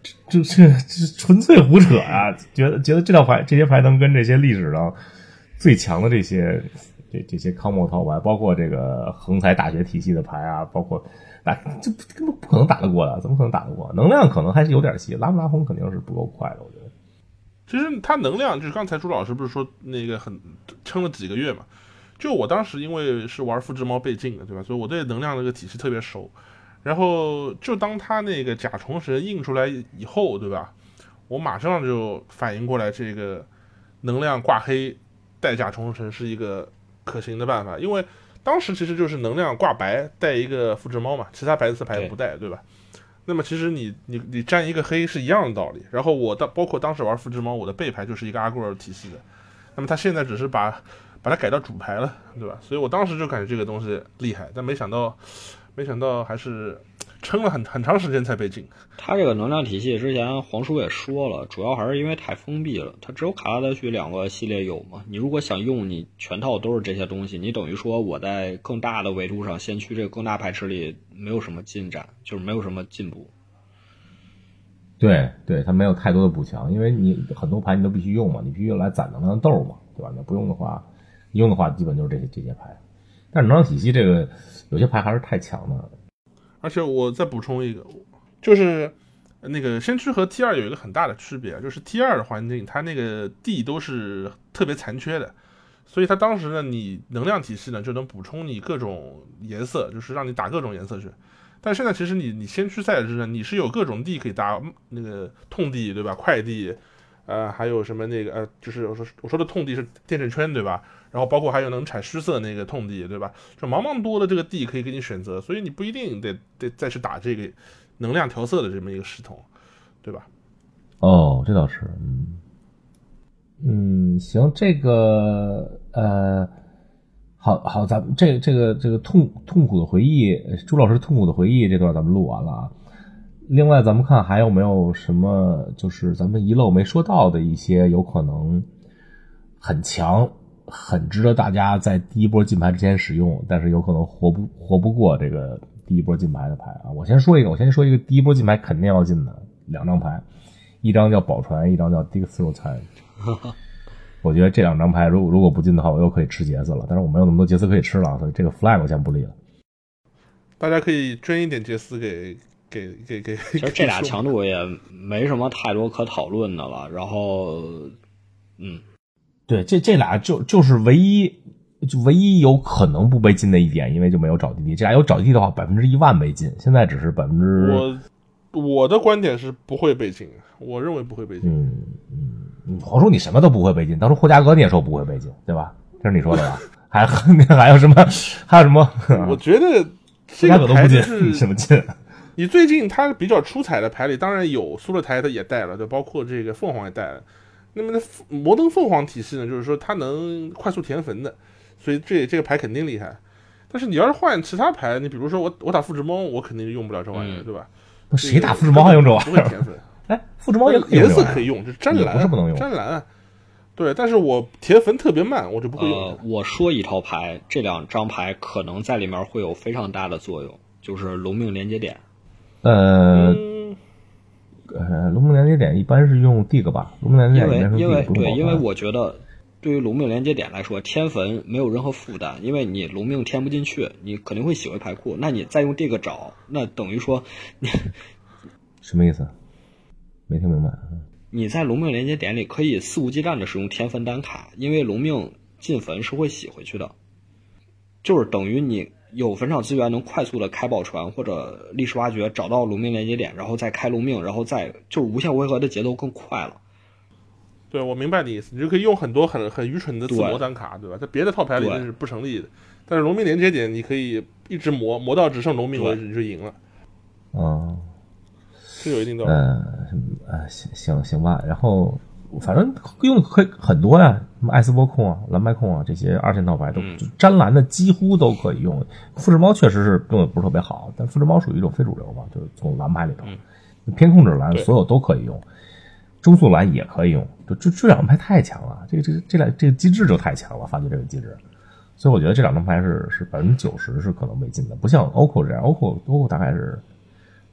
这这这纯粹胡扯啊！觉得觉得这套牌这些牌能跟这些历史上最强的这些这这些康莫套牌，包括这个横财大学体系的牌啊，包括打这根本不可能打得过的，怎么可能打得过？能量可能还是有点戏，拉布拉红肯定是不够快的，我觉得。 其实他能量就是刚才朱老师不是说那个很撑了几个月嘛？就我当时因为是玩复制猫被禁的，对吧？所以我对能量这个体系特别熟。然后就当他那个甲虫神印出来以后，对吧？我马上就反应过来，这个能量挂黑带甲虫神是一个可行的办法，因为当时其实就是能量挂白带一个复制猫嘛，其他白色牌不带， 对, 对吧？那么其实你你你占一个黑是一样的道理。然后我当包括当时玩复制猫，我的背牌就是一个阿古尔体系的，那么他现在只是把把它改到主牌了，对吧？所以我当时就感觉这个东西厉害，但没想到。没想到还是撑了很很长时间才被禁。 他这个能量体系之前黄叔也说了，主要还是因为太封闭了，他只有卡拉德许两个系列有嘛。你如果想用，你全套都是这些东西，你等于说我在更大的维度上先驱这个更大牌池里没有什么进展，就是没有什么进步。 对对，它没有太多的补强，因为你很多牌你都必须用嘛，你必须来攒能量豆嘛，对吧？你不用的话，你用的话基本就是这些这些牌。但是能量体系这个有些牌还是太强了。 而且我再补充一个，就是那个先驱和 T 二 有一个很大的区别，就是 T 二 的环境它那个地都是特别残缺的，所以它当时呢你能量体系呢就能补充你各种颜色，就是让你打各种颜色去。但现在其实你你先驱赛制呢，你是有各种地可以打，那个痛地对吧，快地，呃还有什么那个呃就是我说我说的痛地是电阵圈对吧，然后包括还有能产虚色那个痛地对吧，就茫茫多的这个地可以给你选择，所以你不一定得得再去打这个能量调色的这么一个系统，对吧？ 哦，这倒是，嗯嗯，行，这个呃。好好，咱们这这个这个痛痛苦的回忆，朱老师痛苦的回忆这段咱们录完了啊。另外，咱们看还有没有什么就是咱们遗漏没说到的一些有可能很强、很值得大家在第一波进牌之前使用，但是有可能活不活不过这个第一波进牌的牌啊。我先说一个，我先说一个第一波进牌肯定要进的两张牌，一张叫宝船，一张叫 Dig-Through Time。我觉得这两张牌如果如果不进的话，我又可以吃杰斯了，但是我没有那么多杰斯可以吃了，所以这个 flag 我先不立了。 大家可以捐一点杰斯给给给给。 其实这俩强度也没什么太多可讨论的了。然后，嗯， 对，这这俩就就是唯一就唯一有可能不被禁的一点，因为就没有找地地。这俩有找地地的话，百分之一万被禁，现在只是百分之。 我我的观点是不会被禁，我认为不会被禁。 嗯嗯。黄叔，你什么都不会被禁，当初霍加格你也说不会被禁，对吧？这是你说的吧？还还有什么？还有什么？ 我觉得这个牌是什么禁？ 你最近他比较出彩的牌里，当然有苏勒台他也带了，就包括这个凤凰也带了。那么摩登凤凰体系呢，就是说它能快速填坟的，所以这这个牌肯定厉害。但是你要是换其他牌，你比如说我我打复制猫，我肯定用不了这玩意儿， 嗯、 对吧？ 谁打复制猫还用这玩意儿？ 不会填坟。 哎，复制猫也可以颜色可以用，就是湛蓝， 不是不能用湛蓝。对，但是我填坟特别慢，我就不会用、 呃。我说一套牌，这两张牌可能在里面会有非常大的作用，就是龙命连接点。 呃， 嗯、 呃，龙命连接点一般是用 dig 吧，龙命连接点因为因为对，因为我我觉得对于龙命连接点来说，填坟没有任何负担，因为你龙命填不进去，你肯定会洗回牌库，那你再用 dig 找，那等于说你什么意思？没听明白。 你在龙命连接点里可以肆无忌惮的使用填坟单卡，因为龙命进坟是会洗回去的，就是等于你有坟场资源能快速的开宝船或者历史挖掘找到龙命连接点，然后再开龙命，然后再就是无限回合的节奏更快了。 对，我明白你意思，你就可以用很多很很愚蠢的自磨单卡， 对, 对吧？在别的套牌里面是不成立的，但是龙命连接点你可以一直磨磨到只剩龙命为止，你就赢了。 哦。 是有一定道理。 呃呃，行行行吧，然后反正用可以很多呀，什么艾斯波控啊、蓝白控啊这些二线套牌都、嗯、沾蓝的几乎都可以用。复制猫确实是用的不是特别好，但复制猫属于一种非主流嘛，就是从蓝牌里头，嗯、偏控制蓝所有都可以用，中速蓝也可以用，就这这两张牌太强了，这个这个这两这个机制就太强了，发掘这个机制。所以我觉得这两张牌是是百分之九十是可能被禁的，不像 O C O 这样 ，O C O O C O 大概是。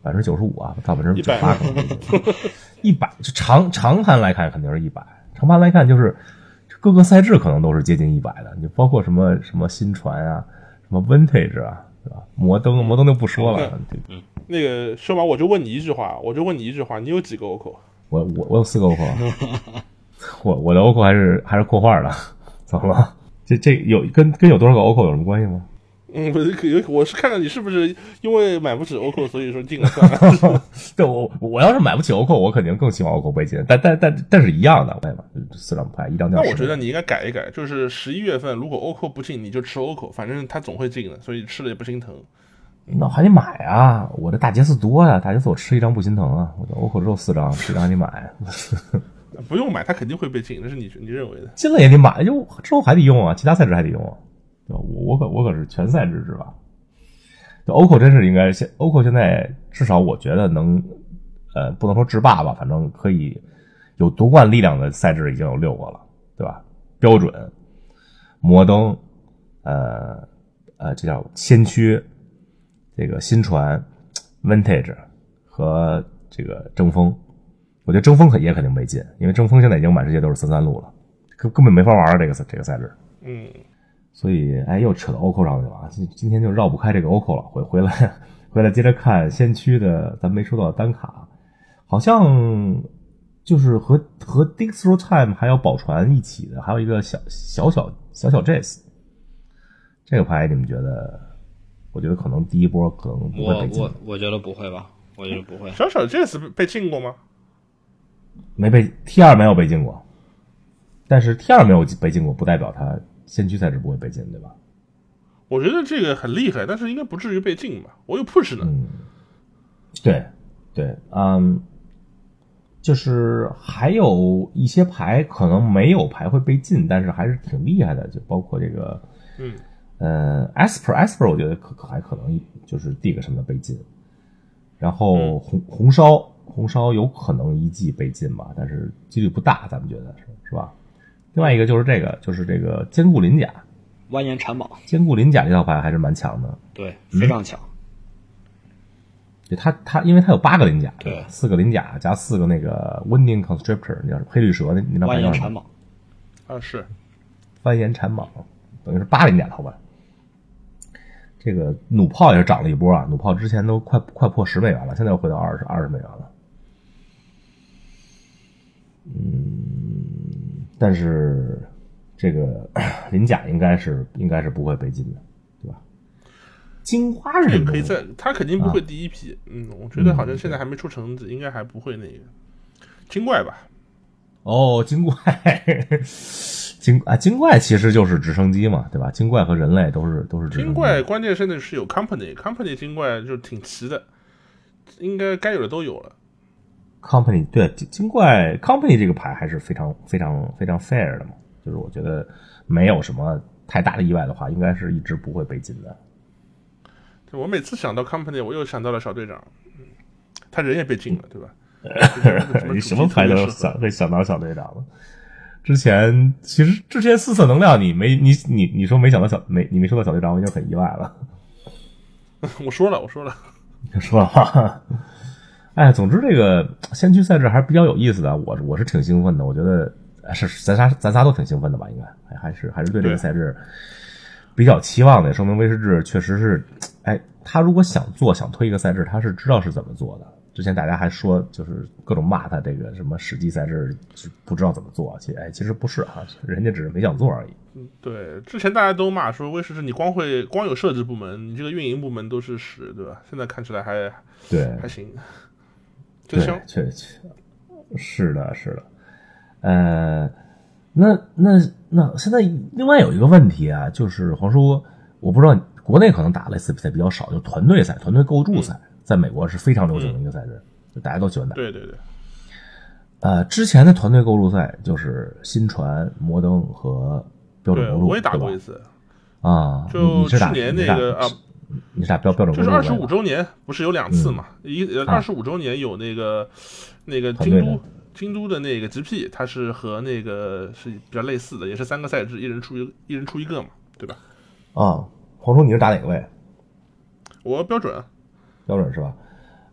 百分之九十五啊，到百分之九十八，一百就长长盘来看肯定是一百，长盘来看就是各个赛制可能都是接近一百的，你包括什么什么新传啊，什么 vintage 啊，对吧？摩登摩登就不说了， 嗯，那个修马，我就问你一句话，我就问你一句话，你有几个 O C O？ 我我我有四个 O C O， 我我的 O C O 还是还是括号的，怎么了？这这有跟跟有多少个 O C O 有什么关系吗？ 嗯，不是，我是看看你是不是因为买不起 O C O， 所以说进了算了。 对，我我要是买不起 O C O， 我肯定更希望 O C O 被禁，但但但但是一样的，对吧？四张牌一张掉。 那我觉得你应该改一改，就是十一月份如果 O C O 不进，你就吃 O C O， 反正它总会进的，所以吃了也不心疼。 那还得买啊！我这大杰斯多呀、啊，大杰斯我吃一张不心疼啊！我的 O C O 只有四张，吃一张还得买。 不用买，它肯定会被禁，这是你你认为的。 进了也得买，就之后还得用啊，其他赛制还得用啊。我我可我可是全赛制制吧。O C O 真是应该现 O C O 现在至少我觉得能，呃，不能说制霸吧，反正可以有夺冠力量的赛制已经有六个了，对吧？标准、摩登、呃呃，这叫先驱。这个新传 vintage 和这个争锋，我觉得争锋可也肯定没进，因为争锋现在已经满世界都是三三路了，根根本没法玩这个这个赛制。 嗯， 所以哎又扯到 O C O 上去了，今今天就绕不开这个 O C O 了。回回来回来接着看先驱的，咱没说到单卡，好像就是和和 Dixro Time 还有宝船一起的，还有一个小小小小小 Jace 这个牌，你们觉得？我觉得可能第一波可能不会被禁。 我我我觉得不会吧，我觉得不会。 小小这次被禁过吗？ 没被 T 二 没有被禁过，但是 T 二 没有被禁过，不代表他先驱赛制不会被禁，对吧？ 我觉得这个很厉害，但是应该不至于被禁吧？我有 push 呢。 嗯，对对，嗯，就是还有一些牌可能没有牌会被禁，但是还是挺厉害的，就包括这个， 嗯。 呃 ，Esper Esper 我觉得可还可能就是 Dig 什么的被禁，然后红红烧红烧有可能一季被禁吧，但是几率不大，咱们觉得是是吧？另外一个就是这个就是这个坚固鳞甲， 蜿蜒缠蟒， 坚固鳞甲这套牌还是蛮强的， 对，非常强。 对它它因为它有八个鳞甲， 对， 四个鳞甲加四个那个 Winding Constrictor， 那叫黑绿蛇，那那张牌叫蜿蜒缠蟒啊，是蜿蜒缠蟒，等于是八鳞甲套牌。这个弩炮也是涨了一波啊，弩炮之前都快快破十美元了，现在又回到二十二十美元了。嗯，但是这个鳞甲应该是应该是不会被禁的，对吧？金花是可以在，他肯定不会第一批。啊、嗯，我觉得好像现在还没出橙子，嗯、应该还不会那个精怪吧？ 哦，精怪。精啊，精怪其实就是直升机嘛，对吧？精怪和人类都是都是直升机。 精怪关键现在是有 company，company company 精怪就挺齐的，应该该有的都有了。 company 对精怪 company 这个牌还是非常非常非常 fair 的嘛，就是我觉得没有什么太大的意外的话，应该是一直不会被禁的。 我每次想到 company， 我又想到了小队长，他人也被禁了，对吧？ 你什么牌都想会想到小队长了。之前其实之前四色能量你没你你你说没想到小没你没说到小队长，我已经很意外了。 我说了我说了说了话。哎，总之这个先驱赛制还是比较有意思的，我我是挺兴奋的，我觉得是咱仨咱仨都挺兴奋的吧，应该还还是还是对这个赛制比较期望的，也说明威士治确实是，哎，他如果想做想推一个赛制，他是知道是怎么做的。之前大家还说就是各种骂他这个什么史记赛制不知道怎么做，其实哎其实不是哈，人家只是没想做而已。 嗯，对，之前大家都骂说威士忌你光会光有设置部门，你这个运营部门都是屎，对吧？现在看起来还对还行， 真香。确确是的，是的。呃，那那那现在另外有一个问题啊，就是黄叔，我不知道国内可能打类似比赛比较少，就团队赛、团队构筑赛。嗯，在美国是非常流行的一个赛制，嗯，就大家都喜欢打。 对对对。 呃，之前的团队构筑赛就是新传、摩登和标准构筑， 我也打过一次。 啊， 就去年那个啊， 你是打标标准构筑？ 就是二十五周年，不是有两次嘛？嗯、一二十五周年有那个、啊、那个京都京都的那个 G P， 它是和那个是比较类似的，也是三个赛制，一人出一一人出一个嘛，对吧？ 啊，黄叔，你是打哪个位？ 我标准。 标准是吧？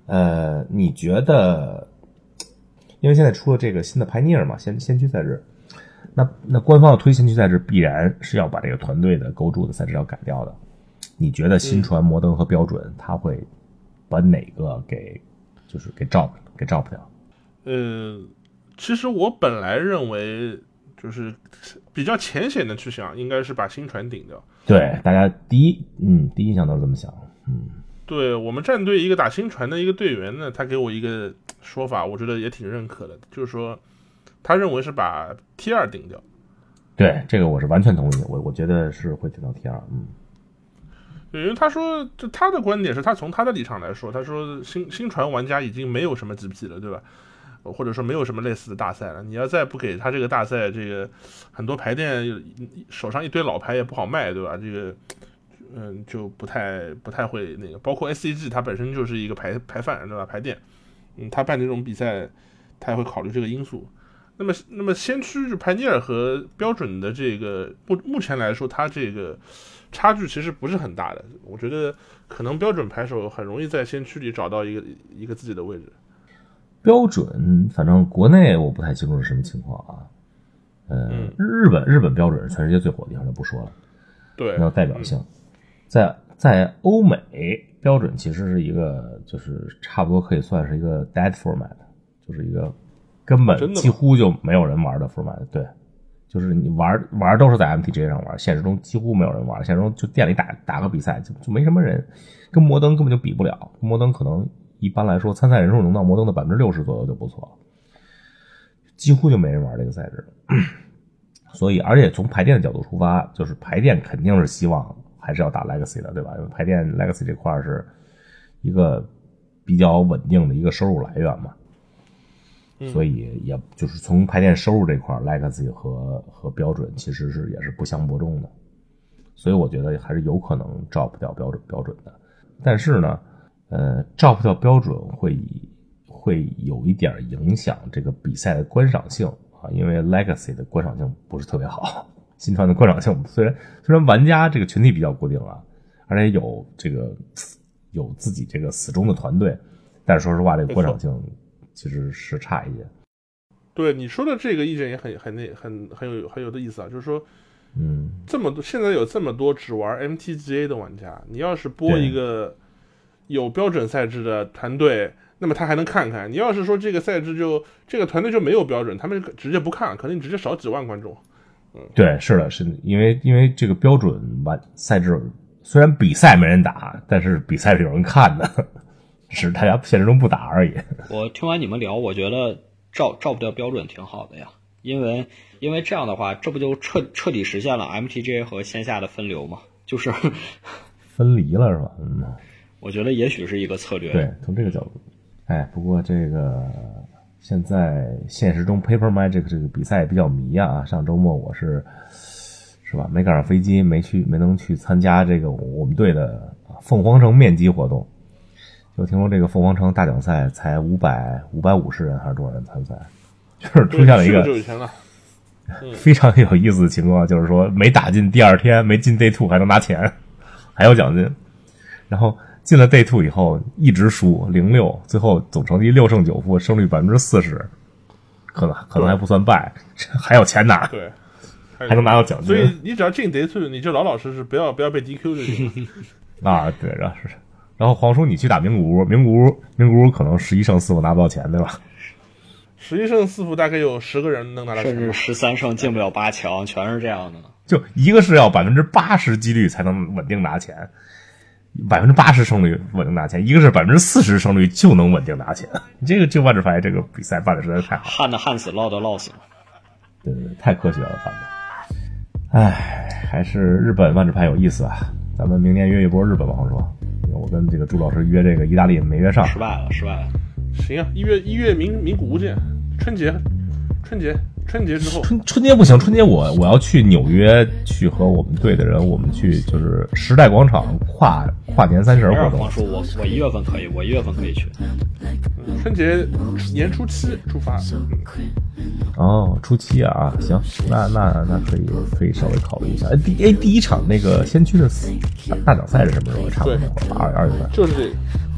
呃，你觉得，因为现在出了这个新的 Pioneer 嘛，先先驱赛制，那那官方要推先驱赛制，必然是要把这个团队的构筑的赛制要改掉的。你觉得新传、摩登和标准，他会把哪个给就是给 drop 给 drop 掉？ 呃，其实我本来认为就是比较浅显的去想，应该是把新传顶掉。 对，大家第一嗯第一印象都是这么想，嗯。 对我们战队一个打新传的一个队员呢，他给我一个说法，我觉得也挺认可的，就是说他认为是把 T 二顶掉。 对，这个我是完全同意，我我觉得是会顶到 T 二，嗯。 对，因为他说，就他的观点是他从他的立场来说，他说新新传玩家已经没有什么 G P 了，对吧？或者说没有什么类似的大赛了，你要再不给他这个大赛，这个很多牌店手上一堆老牌也不好卖，对吧？这个。嗯，就不太不太会那个，包括 S C G 它本身就是一个牌牌贩，对吧？牌店，嗯，他办这种比赛，他也会考虑这个因素。那么，那么先驱就派尼尔和标准的这个目目前来说，它这个差距其实不是很大的。我觉得可能标准牌手很容易在先驱里找到一个一个自己的位置。 标准，反正国内我不太清楚是什么情况啊。呃、嗯，日本日本标准是全世界最火的地方，就不说了。 对， 没有代表性。嗯在在欧美，标准其实是一个，就是差不多可以算是一个 dead format， 就是一个根本几乎就没有人玩的 format。对，就是你玩玩都是在 M T G 上玩，现实中几乎没有人玩，现实中就店里打打个比赛就就没什么人，跟摩登根本就比不了。摩登可能一般来说参赛人数能到摩登的百分之六十左右就不错了，几乎就没人玩这个赛制。所以，而且从牌店的角度出发，就是牌店肯定是希望。还是要打 Legacy 的，对吧？因为牌店 Legacy 这块是一个比较稳定的一个收入来源嘛，嗯、所以也就是从牌店收入这块 Legacy 和和标准其实是也是不相伯仲的，所以我觉得还是有可能 drop 掉标准标准的。但是呢，呃 ，drop 掉标准会会有一点影响这个比赛的观赏性啊，因为 Legacy 的观赏性不是特别好。新传的观赏性虽然虽然玩家这个群体比较固定啊，而且有这个有自己这个死忠的团队，但是说实话，这个观赏性其实是差一些。 对你说的这个意见也很很那很很有很有的意思啊，就是说， 嗯， 这么多现在有这么多只玩 M T G A 的玩家，你要是播一个有标准赛制的团队，那么他还能看看；你要是说这个赛制就这个团队就没有标准，他们直接不看，可能你直接少几万观众。嗯， 对，是的，是的，因为因为这个标准玩赛制虽然比赛没人打，但是比赛是有人看的，只是大家现实中不打而已。 我听完你们聊，我觉得照照不掉标准挺好的呀，因为因为这样的话，这不就彻彻底实现了 M T G A 和线下的分流吗？就是分离了是吧？嗯， 我觉得也许是一个策略。 对，从这个角度，哎，不过这个。现在现实中 Paper Magic 这个比赛也比较迷啊，上周末我是是吧没赶上飞机，没去没能去参加这个我们队的凤凰城面基活动，就听说这个凤凰城大奖赛才五百五百五十人还是多少人参赛，就是出现了一个非常有意思的情况，就是说没打进第二天没进 Day 二还能拿钱，还有奖金，然后进了 Day 二以后一直输零六，最后总成绩六胜九负，胜率百分之四十，可能可能还不算败，还有钱拿， 对， 还能拿到奖金。 所以你只要进 Day 二，你就老老实实，不要不要被 D Q 就行。 啊，对，然后是，然后黄叔你去打名古屋，名古屋名古屋可能十一胜四负拿不到钱，对吧？ 十一胜四负大概有十个人能拿到钱， 甚至十三胜进不了八强，全是这样的。 就一个是要百分之八十几率才能稳定拿钱。百分之八十胜率稳定拿钱，一个是百分之四十胜率就能稳定拿钱，这个就万智牌这个比赛办的实在是太好， 旱的旱死，涝的涝死， 对对对，太科学了办的。唉，还是日本万智牌有意思啊！咱们明年约一波日本吧，黄叔。我跟这个朱老师约这个意大利没约上， 失败了，失败了。 行啊，一月一月名名古屋见，春节，春节。春节之后， 春春节不行，春节我我要去纽约去和我们队的人，我们去就是时代广场跨跨年三十活动。 黄叔，我我一月份可以，我一月份可以去。 嗯、春节年初七出发。 哦，初七啊，行，那那那可以可以稍微考虑一下。哎，第哎第一场那个先驱的大大奖赛是什么时候？差不多那会儿，二二月份。 就是这个，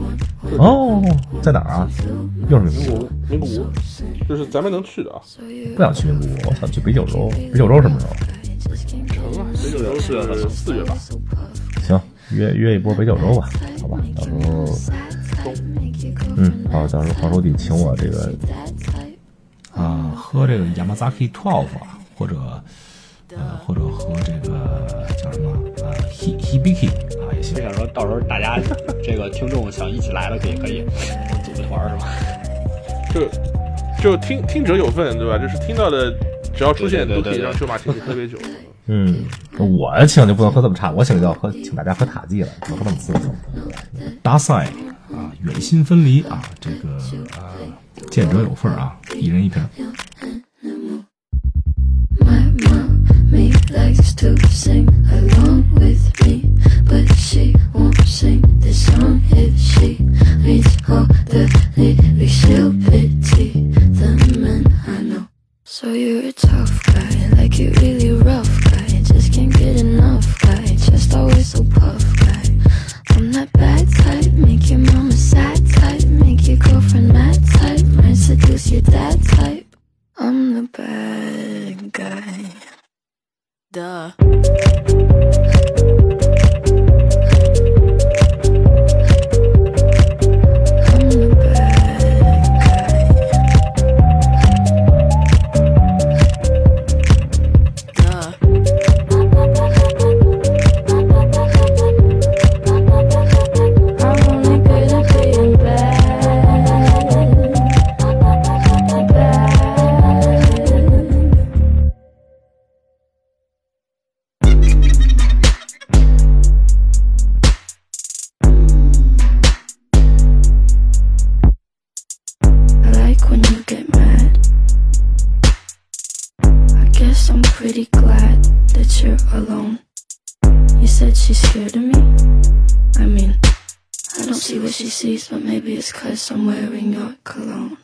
哦，在哪儿啊？又是名古屋。 名古屋，就是咱们能去的啊。 不想去名古屋，我想去北九州。北九州什么时候？ 成啊，北九州四月份，四月吧。 行，约约一波北九州吧，好吧，到时候，嗯，好，到时候黄手底请我这个啊，喝这个 Yamazaki twelve 啊，或者呃，或者喝这个叫什么啊 ，He Hibiki 啊也行。 就想说到时候大家这个听众想一起来了，可以可以组个团是吧？ 就就听听者有份，对吧？就是听到的只要出现对对对对都可以让舅妈请你喝杯酒。 嗯，我请就不能喝这么差，我请就要喝，请大家喝塔季了，不能喝这么次数。大赛啊，远心分离啊，这个啊，见者有份啊，一人一瓶。 My mommy likes to sing along with me, but she won't sing this song if she reads all the lyrics. She'll pity the men I know. So you're a tough guy, like you really rough guy, just can't get enough guy, just always so puff guy. I'm that bad type, make your mama sad type, make your girlfriend mad type, might seduce your dad type. I'm the bad guy. Duh. I'm pretty glad that you're alone. You said she's scared of me? I mean, I don't see what she sees, but maybe it's 'cause I'm wearing your cologne.